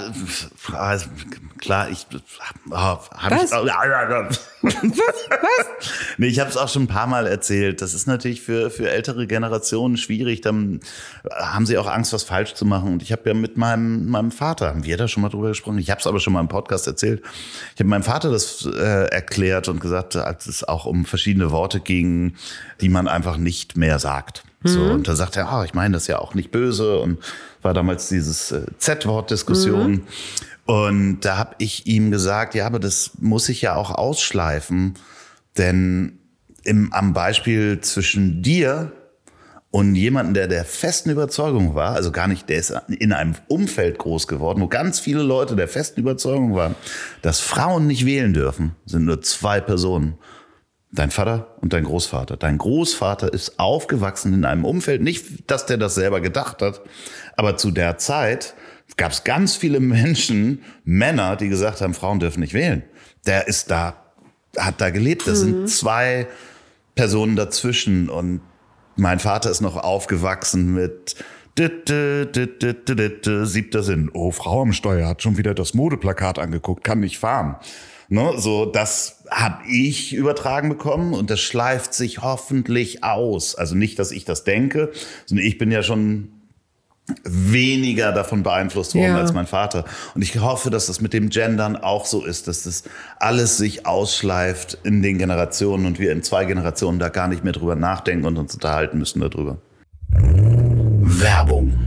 klar, ich oh, habe ich auch, was? Was? Nee, ich habe es auch schon ein paar Mal erzählt. Das ist natürlich für für ältere Generationen schwierig. Dann haben sie auch Angst, was falsch zu machen. Und ich habe ja mit meinem meinem Vater, haben wir da schon mal drüber gesprochen. Ich habe es aber schon mal im Podcast erzählt. Ich habe meinem Vater das äh, erklärt und gesagt, als es auch um verschiedene Worte ging, die man einfach nicht mehr sagt. So, und da sagt er, ah, ich meine das ja auch nicht böse, und war damals dieses äh, Z-Wort-Diskussion. Mhm. Und da habe ich ihm gesagt, ja, aber das muss ich ja auch ausschleifen, denn im, am Beispiel zwischen dir und jemanden, der der festen Überzeugung war, also gar nicht, der ist in einem Umfeld groß geworden, wo ganz viele Leute der festen Überzeugung waren, dass Frauen nicht wählen dürfen, sind nur zwei Personen. Dein Vater und dein Großvater. Dein Großvater ist aufgewachsen in einem Umfeld, nicht, dass der das selber gedacht hat, aber zu der Zeit gab es ganz viele Menschen, Männer, die gesagt haben, Frauen dürfen nicht wählen. Der ist da, hat da gelebt. Das mhm. sind zwei Personen dazwischen, und mein Vater ist noch aufgewachsen mit siebter Sinn. Oh, Frau am Steuer hat schon wieder das Modeplakat angeguckt, kann nicht fahren. Ne, so, das habe ich übertragen bekommen und das schleift sich hoffentlich aus. Also nicht, dass ich das denke, sondern ich bin ja schon weniger davon beeinflusst worden ja. als mein Vater. Und ich hoffe, dass das mit dem Gendern auch so ist, dass das alles sich ausschleift in den Generationen und wir in zwei Generationen da gar nicht mehr drüber nachdenken und uns unterhalten müssen darüber. Werbung.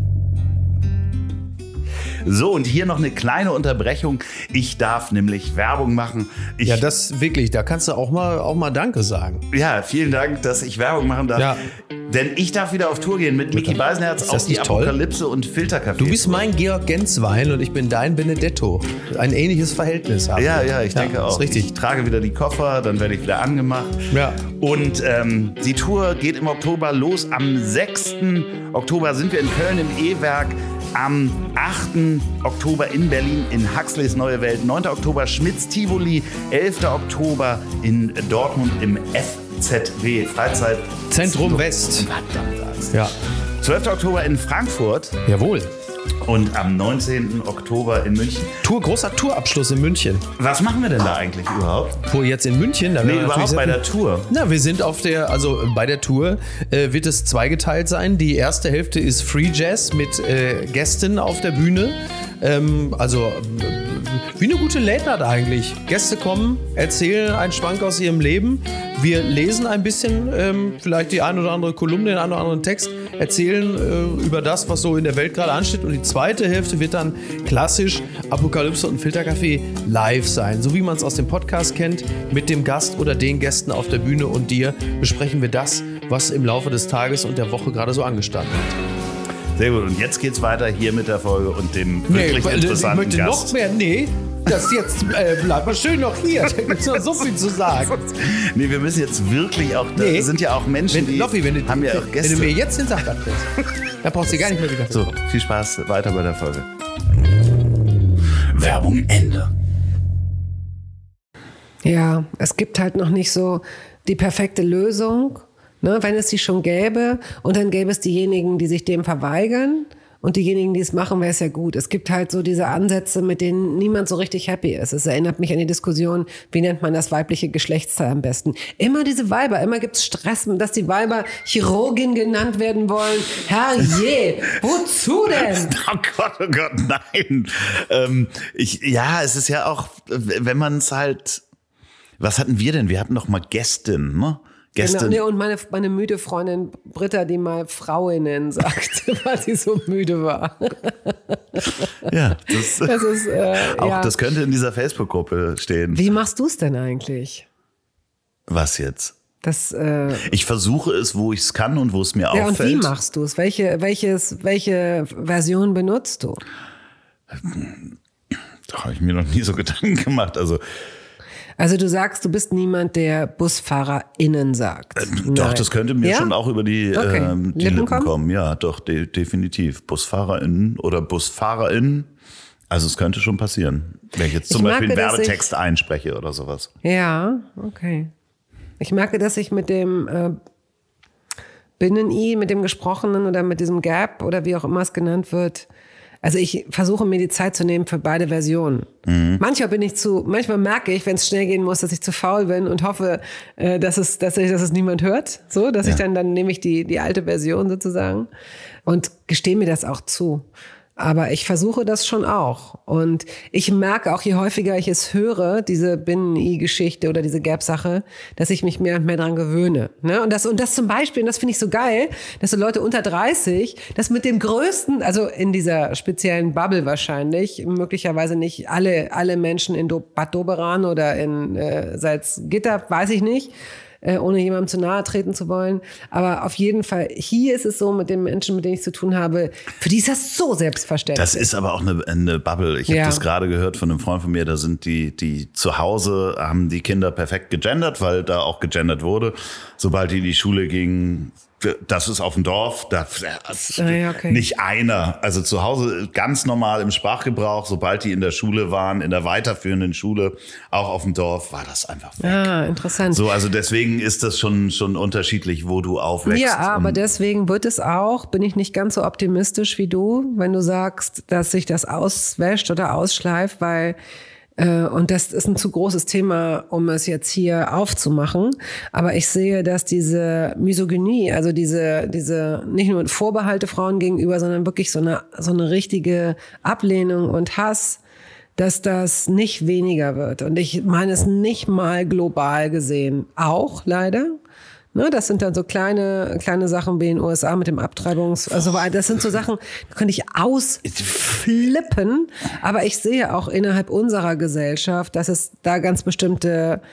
So, und hier noch eine kleine Unterbrechung. Ich darf nämlich Werbung machen. Ich, ja, das wirklich, da kannst du auch mal, auch mal Danke sagen. Ja, vielen Dank, dass ich Werbung machen darf. Ja. Denn ich darf wieder auf Tour gehen mit Micky Beisenherz auf die Apokalypse und Filtercafé. Du bist mein Georg Genswein und ich bin dein Benedetto. Ein ähnliches Verhältnis haben. Ja, ja, ich ja, denke auch. Richtig. Ich trage wieder die Koffer, dann werde ich wieder angemacht. Ja. Und ähm, die Tour geht im Oktober los. Am sechsten Oktober sind wir in Köln im E-Werk. Am achten Oktober in Berlin in Huxleys Neue Welt. neunten Oktober Schmitz Tivoli. elften Oktober in Dortmund im F Z W Freizeitzentrum West. Verdammt. Ja. zwölften Oktober in Frankfurt. Jawohl. Und am neunzehnten Oktober in München. Tour, großer Tourabschluss in München. Was machen wir denn da eigentlich überhaupt? Tour jetzt in München? Da nee, überhaupt bei der Tour. Na, wir sind auf der, also bei der Tour äh, wird es zweigeteilt sein. Die erste Hälfte ist Free Jazz mit äh, Gästen auf der Bühne. Ähm, also äh, wie eine gute Late Night eigentlich. Gäste kommen, erzählen einen Schwank aus ihrem Leben. Wir lesen ein bisschen, ähm, vielleicht die ein oder andere Kolumne, den einen oder anderen Text, erzählen äh, über das, was so in der Welt gerade ansteht. Und die zweite Hälfte wird dann klassisch Apokalypse und Filtercafé live sein. So wie man es aus dem Podcast kennt, mit dem Gast oder den Gästen auf der Bühne und dir besprechen wir das, was im Laufe des Tages und der Woche gerade so angestanden hat. Sehr gut. Und jetzt geht's weiter hier mit der Folge und dem wirklich nee, interessanten ich möchte Gast. Noch mehr, nee. Das jetzt, äh, bleib mal schön noch hier. Da gibt es noch so viel zu sagen. Nee, wir müssen jetzt wirklich auch, da nee. sind ja auch Menschen, wenn, die Loffi, wenn du, haben ja auch Gäste. Wenn du mir jetzt den Saft abkriegst, dann brauchst du gar nicht mehr wieder. So, viel Spaß, weiter bei der Folge. Werbung Ende. Ja, es gibt halt noch nicht so die perfekte Lösung, ne, wenn es sie schon gäbe. Und dann gäbe es diejenigen, die sich dem verweigern. Und diejenigen, die es machen, wäre es ja gut. Es gibt halt so diese Ansätze, mit denen niemand so richtig happy ist. Es erinnert mich an die Diskussion, wie nennt man das weibliche Geschlechtsteil am besten? Immer diese Weiber, immer gibt's Stress, dass die Weiber Chirurgin genannt werden wollen. Herrje, wozu denn? Oh Gott, oh Gott, nein. Ähm, ich, ja, es ist ja auch, wenn man es halt, was hatten wir denn? Wir hatten doch mal Gästin, ne? Genau, nee, und meine, meine müde Freundin Britta, die mal Frauinnen sagte, weil sie so müde war. Ja, das, das ist äh, auch ja. das könnte in dieser Facebook-Gruppe stehen. Wie machst du es denn eigentlich? Was jetzt? Das, äh, ich versuche es, wo ich es kann und wo es mir ja, auffällt. Und wie machst du es? Welche, welches, welche Version benutzt du? Da habe ich mir noch nie so Gedanken gemacht. Also Also du sagst, du bist niemand, der BusfahrerInnen sagt. Äh, doch, Nein. das könnte mir ja? schon auch über die, okay. ähm, die Lippen, Lippen kommen. kommen. Ja, doch, de- definitiv. BusfahrerInnen oder BusfahrerInnen. Also es könnte schon passieren. Wenn ich jetzt zum ich Beispiel merke, einen Werbetext ich, einspreche oder sowas. Ja, okay. Ich merke, dass ich mit dem äh, Binnen-I, mit dem Gesprochenen oder mit diesem Gap oder wie auch immer es genannt wird, also ich versuche mir die Zeit zu nehmen für beide Versionen. Mhm. Manchmal bin ich zu, manchmal merke ich, wenn es schnell gehen muss, dass ich zu faul bin und hoffe, äh, dass es, dass ich, dass es niemand hört. So, dass ja. ich dann, dann nehme ich die, die alte Version sozusagen und gestehe mir das auch zu. Aber ich versuche das schon auch. Und ich merke auch, je häufiger ich es höre, diese Binnen-I-Geschichte oder diese Gap-Sache, dass ich mich mehr und mehr dran gewöhne. Ne? Und das, und das zum Beispiel, und das finde ich so geil, dass so Leute unter dreißig, das mit dem größten, also in dieser speziellen Bubble wahrscheinlich, möglicherweise nicht alle, alle Menschen in Do- Bad Doberan oder in äh, Salzgitter, weiß ich nicht, ohne jemandem zu nahe treten zu wollen. Aber auf jeden Fall, hier ist es so, mit den Menschen, mit denen ich zu tun habe, für die ist das so selbstverständlich. Das ist aber auch eine, eine Bubble. Ich ja. habe das gerade gehört von einem Freund von mir, da sind die, die zu Hause, haben die Kinder perfekt gegendert, weil da auch gegendert wurde. Sobald die in die Schule gingen, das ist auf dem Dorf, das ist ah, ja, okay. nicht einer. Also zu Hause ganz normal im Sprachgebrauch, sobald die in der Schule waren, in der weiterführenden Schule, auch auf dem Dorf, war das einfach weg. Ah, interessant. So, also deswegen ist das schon, schon unterschiedlich, wo du aufwächst. Ja, aber deswegen wird es auch, bin ich nicht ganz so optimistisch wie du, wenn du sagst, dass sich das auswäscht oder ausschleift, weil Und das ist ein zu großes Thema, um es jetzt hier aufzumachen. Aber ich sehe, dass diese Misogynie, also diese, diese nicht nur Vorbehalte Frauen gegenüber, sondern wirklich so eine, so eine richtige Ablehnung und Hass, dass das nicht weniger wird. Und ich meine es nicht mal global gesehen. Auch leider. Ne, das sind dann so kleine, kleine Sachen wie in den U S A mit dem Abtreibungs, also das sind so Sachen, da könnte ich ausflippen. Aber ich sehe auch innerhalb unserer Gesellschaft, dass es da ganz bestimmte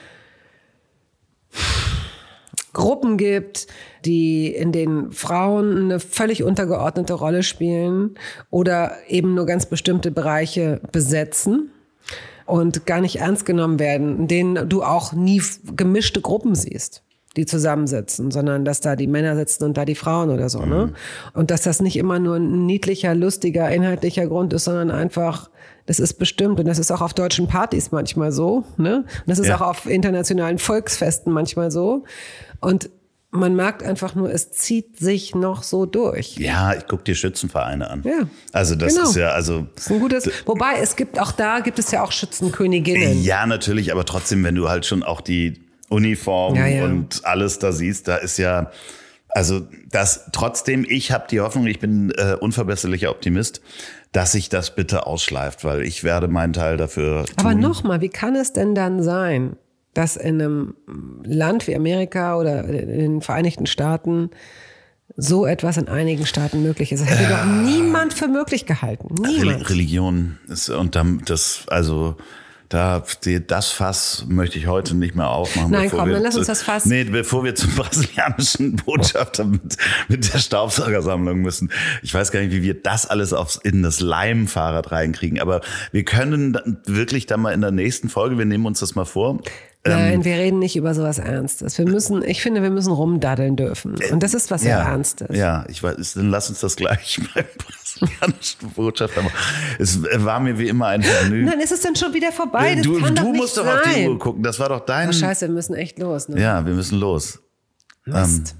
Gruppen gibt, die in denen Frauen eine völlig untergeordnete Rolle spielen oder eben nur ganz bestimmte Bereiche besetzen und gar nicht ernst genommen werden, in denen du auch nie gemischte Gruppen siehst, die zusammensitzen, sondern dass da die Männer sitzen und da die Frauen oder so, ne? Und dass das nicht immer nur ein niedlicher, lustiger, inhaltlicher Grund ist, sondern einfach, das ist bestimmt und das ist auch auf deutschen Partys manchmal so, ne? Und das ist ja auch auf internationalen Volksfesten manchmal so. Und man merkt einfach nur, es zieht sich noch so durch. Ja, ich guck dir Schützenvereine an. Ja, also das genau. ist ja, also das ist ein gutes. Wobei es gibt auch da gibt es ja auch Schützenköniginnen. Ja, natürlich, aber trotzdem, wenn du halt schon auch die Uniform ja, ja. und alles da siehst, da ist ja, also das trotzdem, ich habe die Hoffnung, ich bin äh, unverbesserlicher Optimist, dass sich das bitte ausschleift, weil ich werde meinen Teil dafür tun. Aber nochmal, wie kann es denn dann sein, dass in einem Land wie Amerika oder in den Vereinigten Staaten so etwas in einigen Staaten möglich ist? Das hätte äh, doch niemand für möglich gehalten. Niemand. Religion ist, und dann das, also Da, das Fass möchte ich heute nicht mehr aufmachen. Nein, komm, dann lass uns das Fass. Nee, bevor wir zum brasilianischen Botschafter mit, mit der Staubsaugersammlung müssen. Ich weiß gar nicht, wie wir das alles aufs, in das Leimfahrrad reinkriegen. Aber wir können wirklich dann mal in der nächsten Folge, wir nehmen uns das mal vor. Nein, ähm, wir reden nicht über sowas Ernstes. Wir müssen, ich finde, wir müssen rumdaddeln dürfen. Und das ist was sehr ja, Ernstes. Ja, ich weiß, dann lass uns das gleich beim brasilianischen Botschafter machen. Es war mir wie immer ein Vergnügen. Nein, ist es denn schon wieder vorbei? Das du kann du doch nicht musst doch sein. auf die Uhr gucken. Das war doch dein... Oh, scheiße, wir müssen echt los. Ne? Ja, wir müssen los. Mist.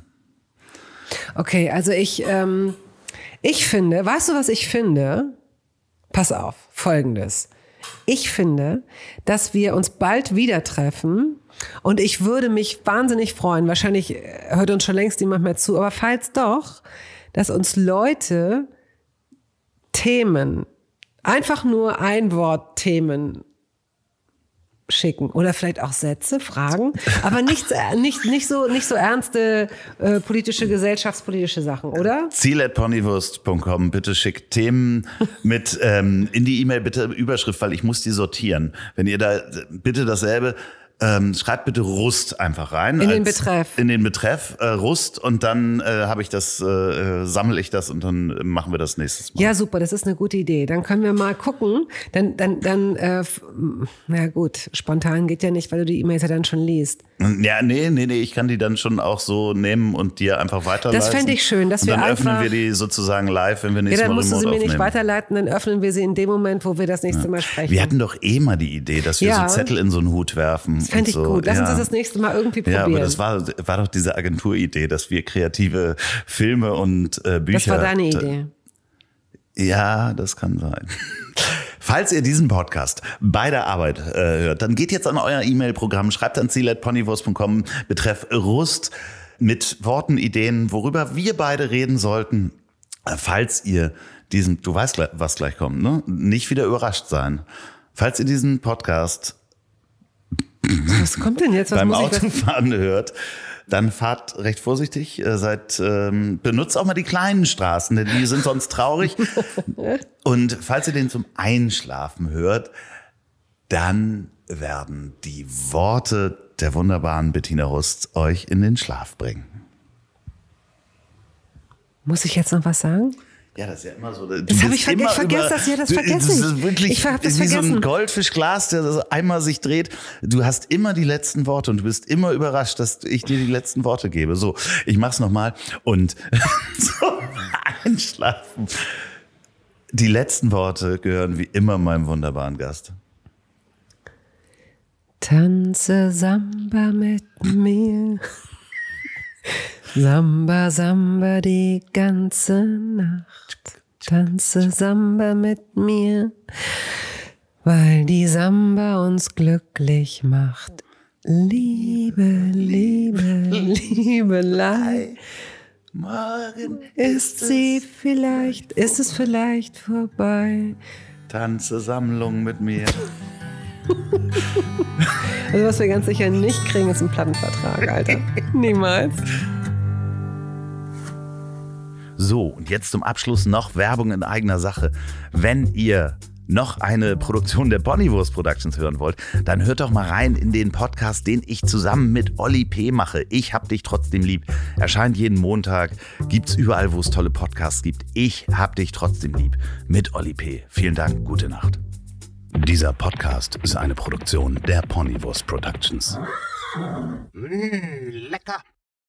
Ähm. Okay, also ich, ähm, ich finde, weißt du, was ich finde? Pass auf, Folgendes. Ich finde, dass wir uns bald wieder treffen und ich würde mich wahnsinnig freuen, wahrscheinlich hört uns schon längst niemand mehr zu, aber falls doch, dass uns Leute Themen, einfach nur Einwort-Themen schicken oder vielleicht auch Sätze, Fragen, aber nicht, nicht, nicht, so, nicht so ernste äh, politische, gesellschaftspolitische Sachen, oder? ziel at ponywurst punkt com, bitte schickt Themen mit ähm, in die E-Mail, bitte Überschrift, weil ich muss die sortieren. Wenn ihr da bitte dasselbe, ähm, schreibt bitte Rust einfach rein. In als, den Betreff. In den Betreff, äh, Rust, und dann äh, habe ich das, äh, sammle ich das und dann machen wir das nächstes Mal. Ja, super, das ist eine gute Idee. Dann können wir mal gucken. Dann, dann, dann, äh, na gut, spontan geht ja nicht, weil du die E-Mails ja dann schon liest. Ja, nee, nee, nee, ich kann die dann schon auch so nehmen und dir einfach weiterleiten. Das fände ich schön, dass und wir dann einfach... öffnen wir die sozusagen live, wenn wir nächstes Ja, dann Mal musst du sie mir aufnehmen. nicht weiterleiten, dann öffnen wir sie in dem Moment, wo wir das nächste Ja. Mal sprechen. Wir hatten doch eh mal die Idee, dass wir Ja. so Zettel in so einen Hut werfen. Das fände ich so. gut. Lass ja. uns das das nächste Mal irgendwie probieren. Ja, aber das war, war doch diese Agenturidee, dass wir kreative Filme und äh, Bücher... Das war deine Idee. Ja, das kann sein. Falls ihr diesen Podcast bei der Arbeit äh, hört, dann geht jetzt an euer E-Mail-Programm, schreibt an ziel at ponywurst punkt com, betreff Rust, mit Worten, Ideen, worüber wir beide reden sollten. Falls ihr diesen, du weißt, was gleich kommt, ne? Nicht wieder überrascht sein. Falls ihr diesen Podcast Was kommt denn jetzt? Was beim muss ich Autofahren hört, dann fahrt recht vorsichtig, äh, seid, ähm, benutzt auch mal die kleinen Straßen, denn die sind sonst traurig. Und falls ihr den zum Einschlafen hört, dann werden die Worte der wunderbaren Bettina Rust euch in den Schlaf bringen. Muss ich jetzt noch was sagen? Ja, das ist ja immer so. Du Das habe bist ich vergessen. immer Ich vergesse über- das, ja, das du- vergesse das ich. ist wirklich Ich hab das wie so ein vergessen. Goldfischglas, der so einmal sich dreht. Du hast immer die letzten Worte und du bist immer überrascht, dass ich dir die letzten Worte gebe. So, ich mach's nochmal und zum Einschlafen. Die letzten Worte gehören wie immer meinem wunderbaren Gast. Tanze Samba mit mir. Samba, Samba die ganze Nacht. Tanze Samba mit mir. weil die Samba uns glücklich macht. Liebe, Liebe, Liebelei. Morgen Ist sie vielleicht, ist es vielleicht vorbei? Tanze Sammlung mit mir. Also was wir ganz sicher nicht kriegen, ist ein Plattenvertrag, Alter. Niemals. So, und jetzt zum Abschluss noch Werbung in eigener Sache. Wenn ihr noch eine Produktion der Ponywurst Productions hören wollt, dann hört doch mal rein in den Podcast, den ich zusammen mit Olli P. mache. Ich hab dich trotzdem lieb. Erscheint jeden Montag, gibt's überall, wo es tolle Podcasts gibt. Ich hab dich trotzdem lieb. Mit Olli P. Vielen Dank, gute Nacht. Dieser Podcast ist eine Produktion der Ponywurst Productions. Mmh, lecker.